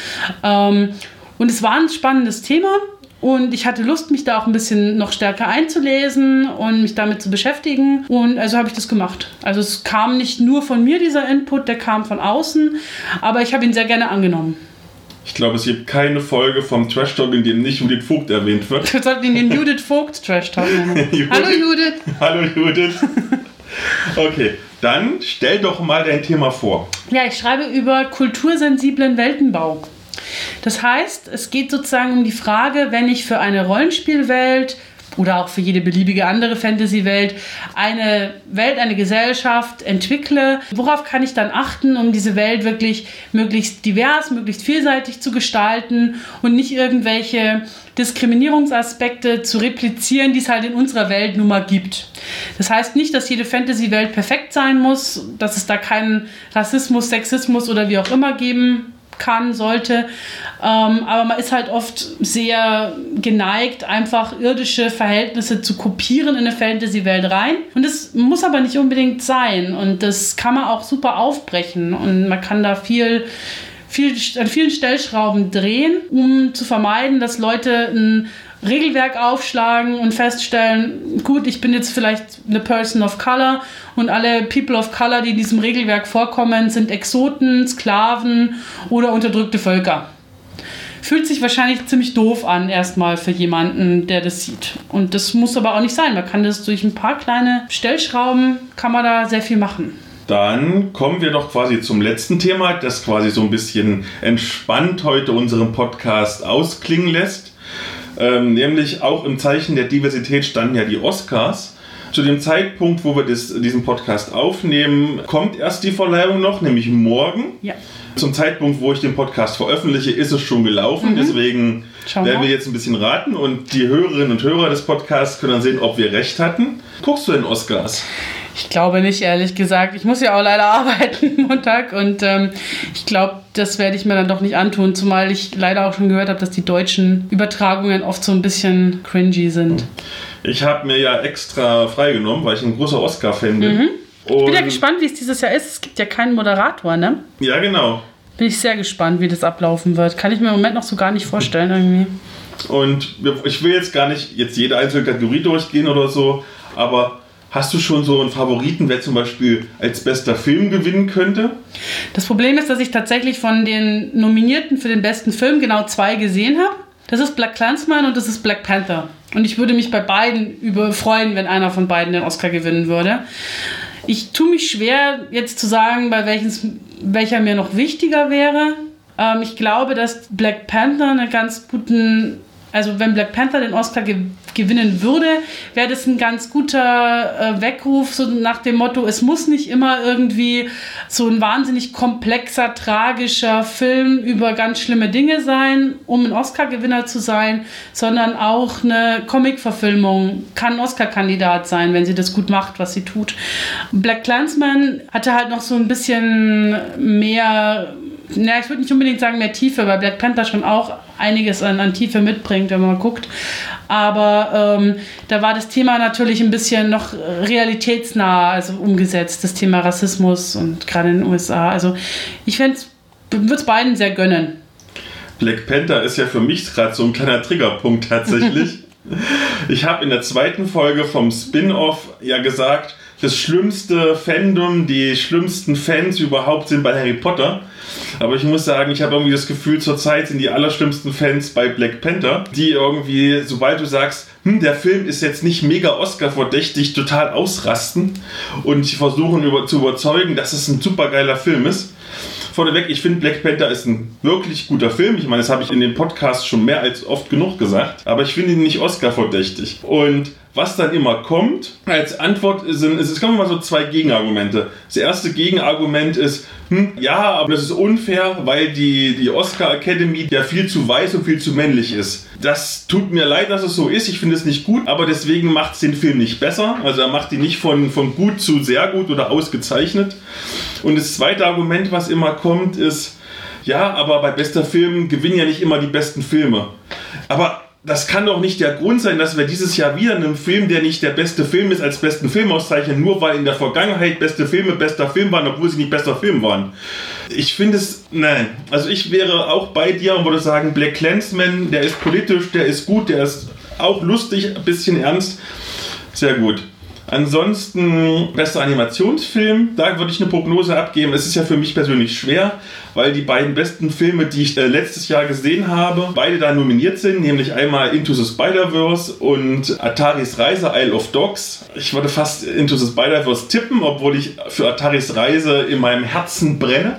Und es war ein spannendes Thema. Und ich hatte Lust, mich da auch ein bisschen noch stärker einzulesen und mich damit zu beschäftigen. Und also habe ich das gemacht. Also es kam nicht nur von mir, dieser Input, der kam von außen. Aber ich habe ihn sehr gerne angenommen. Ich glaube, es gibt keine Folge vom Trash Talk, in dem nicht Judith Vogt erwähnt wird. Wir sollten ihn den Judith Vogt Trash Talk nennen. Hallo Judith. Hallo Judith. Okay, dann stell doch mal dein Thema vor. Ja, ich schreibe über kultursensiblen Weltenbau. Das heißt, es geht sozusagen um die Frage, wenn ich für eine Rollenspielwelt oder auch für jede beliebige andere Fantasy-Welt eine Gesellschaft entwickle, worauf kann ich dann achten, um diese Welt wirklich möglichst divers, möglichst vielseitig zu gestalten und nicht irgendwelche Diskriminierungsaspekte zu replizieren, die es halt in unserer Welt nun mal gibt. Das heißt nicht, dass jede Fantasy-Welt perfekt sein muss, dass es da keinen Rassismus, Sexismus oder wie auch immer geben kann, sollte. Aber man ist halt oft sehr geneigt, einfach irdische Verhältnisse zu kopieren in eine Fantasy-Welt rein. Und das muss aber nicht unbedingt sein. Und das kann man auch super aufbrechen. Und man kann da an vielen Stellschrauben drehen, um zu vermeiden, dass Leute ein Regelwerk aufschlagen und feststellen, gut, ich bin jetzt vielleicht eine Person of Color und alle People of Color, die in diesem Regelwerk vorkommen, sind Exoten, Sklaven oder unterdrückte Völker. Fühlt sich wahrscheinlich ziemlich doof an, erstmal für jemanden, der das sieht. Und das muss aber auch nicht sein. Man kann das durch ein paar kleine Stellschrauben, kann man da sehr viel machen. Dann kommen wir doch quasi zum letzten Thema, das quasi so ein bisschen entspannt heute unseren Podcast ausklingen lässt. Nämlich auch im Zeichen der Diversität standen ja die Oscars. Zu dem Zeitpunkt, wo wir diesen Podcast aufnehmen, kommt erst die Verleihung noch, nämlich morgen. Ja. Zum Zeitpunkt, wo ich den Podcast veröffentliche, ist es schon gelaufen. Deswegen werden wir jetzt ein bisschen raten und die Hörerinnen und Hörer des Podcasts können dann sehen, ob wir recht hatten. Guckst du den Oscars? Ich glaube nicht, ehrlich gesagt. Ich muss ja auch leider arbeiten Montag und ich glaube, das werde ich mir dann doch nicht antun, zumal ich leider auch schon gehört habe, dass die deutschen Übertragungen oft so ein bisschen cringy sind. Ich habe mir ja extra freigenommen, weil ich ein großer Oscar-Fan bin. Ich bin ja gespannt, wie es dieses Jahr ist. Es gibt ja keinen Moderator, ne? Ja, genau. Bin ich sehr gespannt, wie das ablaufen wird. Kann ich mir im Moment noch so gar nicht vorstellen irgendwie. Und ich will jetzt gar nicht jede einzelne Kategorie durchgehen oder so, aber hast du schon so einen Favoriten, wer zum Beispiel als bester Film gewinnen könnte? Das Problem ist, dass ich tatsächlich von den Nominierten für den besten Film genau 2 gesehen habe. Das ist BlacKkKlansman und das ist Black Panther. Und ich würde mich bei beiden freuen, wenn einer von beiden den Oscar gewinnen würde. Ich tue mich schwer, jetzt zu sagen, bei welcher mir noch wichtiger wäre. Ich glaube, dass Black Panther einen ganz guten... Also wenn Black Panther den Oscar gewinnen würde, wäre das ein ganz guter Weckruf, so nach dem Motto, es muss nicht immer irgendwie so ein wahnsinnig komplexer, tragischer Film über ganz schlimme Dinge sein, um ein Oscar-Gewinner zu sein, sondern auch eine Comic-Verfilmung kann ein Oscar-Kandidat sein, wenn sie das gut macht, was sie tut. BlacKkKlansman hatte halt noch so ein bisschen mehr... Ja, ich würde nicht unbedingt sagen mehr Tiefe, weil Black Panther schon auch einiges an Tiefe mitbringt, wenn man mal guckt. Aber da war das Thema natürlich ein bisschen noch realitätsnah, also umgesetzt, das Thema Rassismus und gerade in den USA. Also ich würde es beiden sehr gönnen. Black Panther ist ja für mich gerade so ein kleiner Triggerpunkt tatsächlich. Ich habe in der 2. Folge vom Spin-Off ja gesagt, das schlimmste Fandom, die schlimmsten Fans überhaupt sind bei Harry Potter. Aber ich muss sagen, ich habe irgendwie das Gefühl, zurzeit sind die allerschlimmsten Fans bei Black Panther, die irgendwie, sobald du sagst, der Film ist jetzt nicht mega Oscar-verdächtig, total ausrasten und versuchen zu überzeugen, dass es ein supergeiler Film ist. Vorneweg, ich finde Black Panther ist ein wirklich guter Film. Ich meine, das habe ich in dem Podcast schon mehr als oft genug gesagt. Aber ich finde ihn nicht Oscar-verdächtig. Und was dann immer kommt, als Antwort es kommen immer so 2 Gegenargumente. Das erste Gegenargument ist, ja, aber das ist unfair, weil die Oscar Academy ja viel zu weiß und viel zu männlich ist. Das tut mir leid, dass es so ist. Ich finde es nicht gut, aber deswegen macht es den Film nicht besser. Also er macht ihn nicht von gut zu sehr gut oder ausgezeichnet. Und das zweite Argument, was immer kommt, ist, ja, aber bei bester Film gewinnen ja nicht immer die besten Filme. Aber das kann doch nicht der Grund sein, dass wir dieses Jahr wieder einen Film, der nicht der beste Film ist, als besten Film auszeichnen, nur weil in der Vergangenheit beste Filme bester Film waren, obwohl sie nicht bester Film waren. Ich finde es, nein. Also ich wäre auch bei dir und würde sagen, Black Klansman, der ist politisch, der ist gut, der ist auch lustig, ein bisschen ernst. Sehr gut. Ansonsten, bester Animationsfilm, da würde ich eine Prognose abgeben. Es ist ja für mich persönlich schwer, weil die beiden besten Filme, die ich letztes Jahr gesehen habe, beide da nominiert sind, nämlich einmal Into the Spider-Verse und Ataris Reise, Isle of Dogs. Ich würde fast Into the Spider-Verse tippen, obwohl ich für Ataris Reise in meinem Herzen brenne.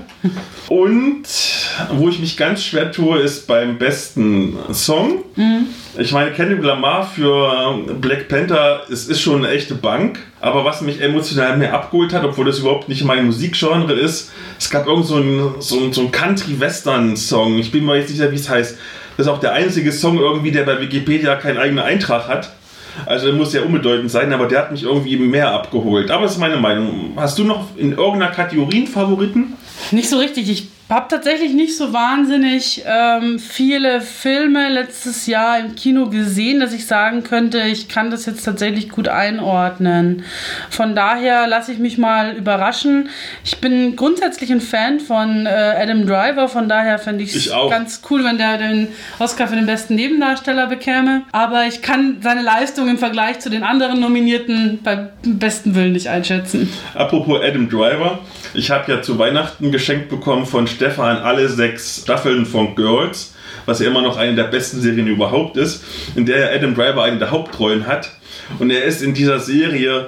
Und wo ich mich ganz schwer tue, ist beim besten Song. Ich meine, Kendrick Lamar für Black Panther, es ist schon eine echte Bank. Aber was mich emotional mehr abgeholt hat, obwohl das überhaupt nicht mein Musikgenre ist, es gab irgend so einen Country-Western-Song. Ich bin mir jetzt nicht sicher, wie es heißt. Das ist auch der einzige Song irgendwie, der bei Wikipedia keinen eigenen Eintrag hat. Also der muss ja unbedeutend sein, aber der hat mich irgendwie mehr abgeholt. Aber das ist meine Meinung. Hast du noch in irgendeiner Kategorie einen Favoriten? Nicht so richtig. Ich habe tatsächlich nicht so wahnsinnig viele Filme letztes Jahr im Kino gesehen, dass ich sagen könnte, ich kann das jetzt tatsächlich gut einordnen. Von daher lasse ich mich mal überraschen. Ich bin grundsätzlich ein Fan von Adam Driver, von daher fände ich es ganz cool, wenn der den Oscar für den besten Nebendarsteller bekäme. Aber ich kann seine Leistung im Vergleich zu den anderen Nominierten beim besten Willen nicht einschätzen. Apropos Adam Driver, ich habe ja zu Weihnachten geschenkt bekommen von Stefan alle 6 Staffeln von Girls, was ja immer noch eine der besten Serien überhaupt ist, in der Adam Driver eine der Hauptrollen hat. Und er ist in dieser Serie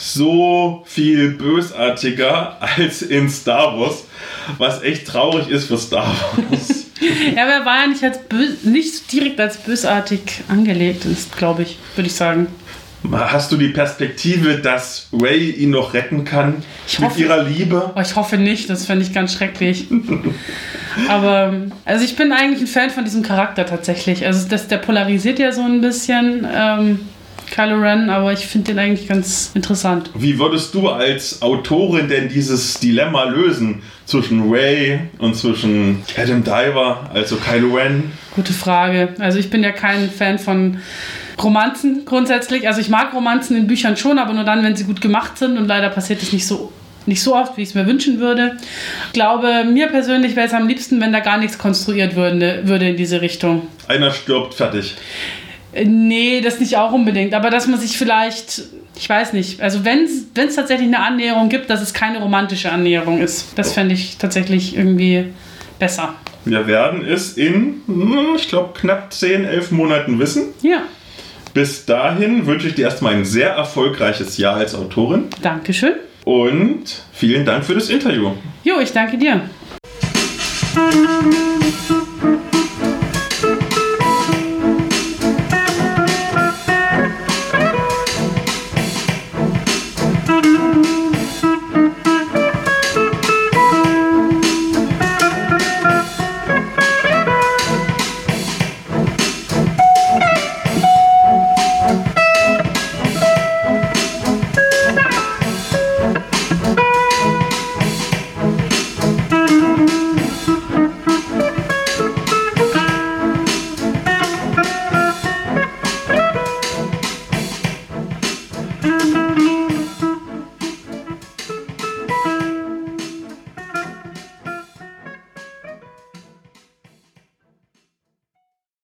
so viel bösartiger als in Star Wars, was echt traurig ist für Star Wars. Ja, aber er war ja nicht direkt als bösartig angelegt, ist, glaube ich, würde ich sagen. Hast du die Perspektive, dass Rey ihn noch retten kann mit ihrer Liebe? Oh, ich hoffe nicht, das fände ich ganz schrecklich. Aber, also ich bin eigentlich ein Fan von diesem Charakter tatsächlich. Also der polarisiert ja so ein bisschen, Kylo Ren, aber ich finde den eigentlich ganz interessant. Wie würdest du als Autorin denn dieses Dilemma lösen zwischen Rey und zwischen Adam Driver, also Kylo Ren? Gute Frage. Also ich bin ja kein Fan von Romanzen grundsätzlich. Also ich mag Romanzen in Büchern schon, aber nur dann, wenn sie gut gemacht sind, und leider passiert es nicht so oft, wie ich es mir wünschen würde. Ich glaube, mir persönlich wäre es am liebsten, wenn da gar nichts konstruiert würde in diese Richtung. Einer stirbt, fertig. Nee, das nicht auch unbedingt, aber dass man sich vielleicht, ich weiß nicht, also wenn es tatsächlich eine Annäherung gibt, dass es keine romantische Annäherung ist. Das fände ich tatsächlich irgendwie besser. Wir werden es in, ich glaube, knapp 10-11 Monaten wissen. Ja. Bis dahin wünsche ich dir erstmal ein sehr erfolgreiches Jahr als Autorin. Dankeschön. Und vielen Dank für das Interview. Jo, ich danke dir.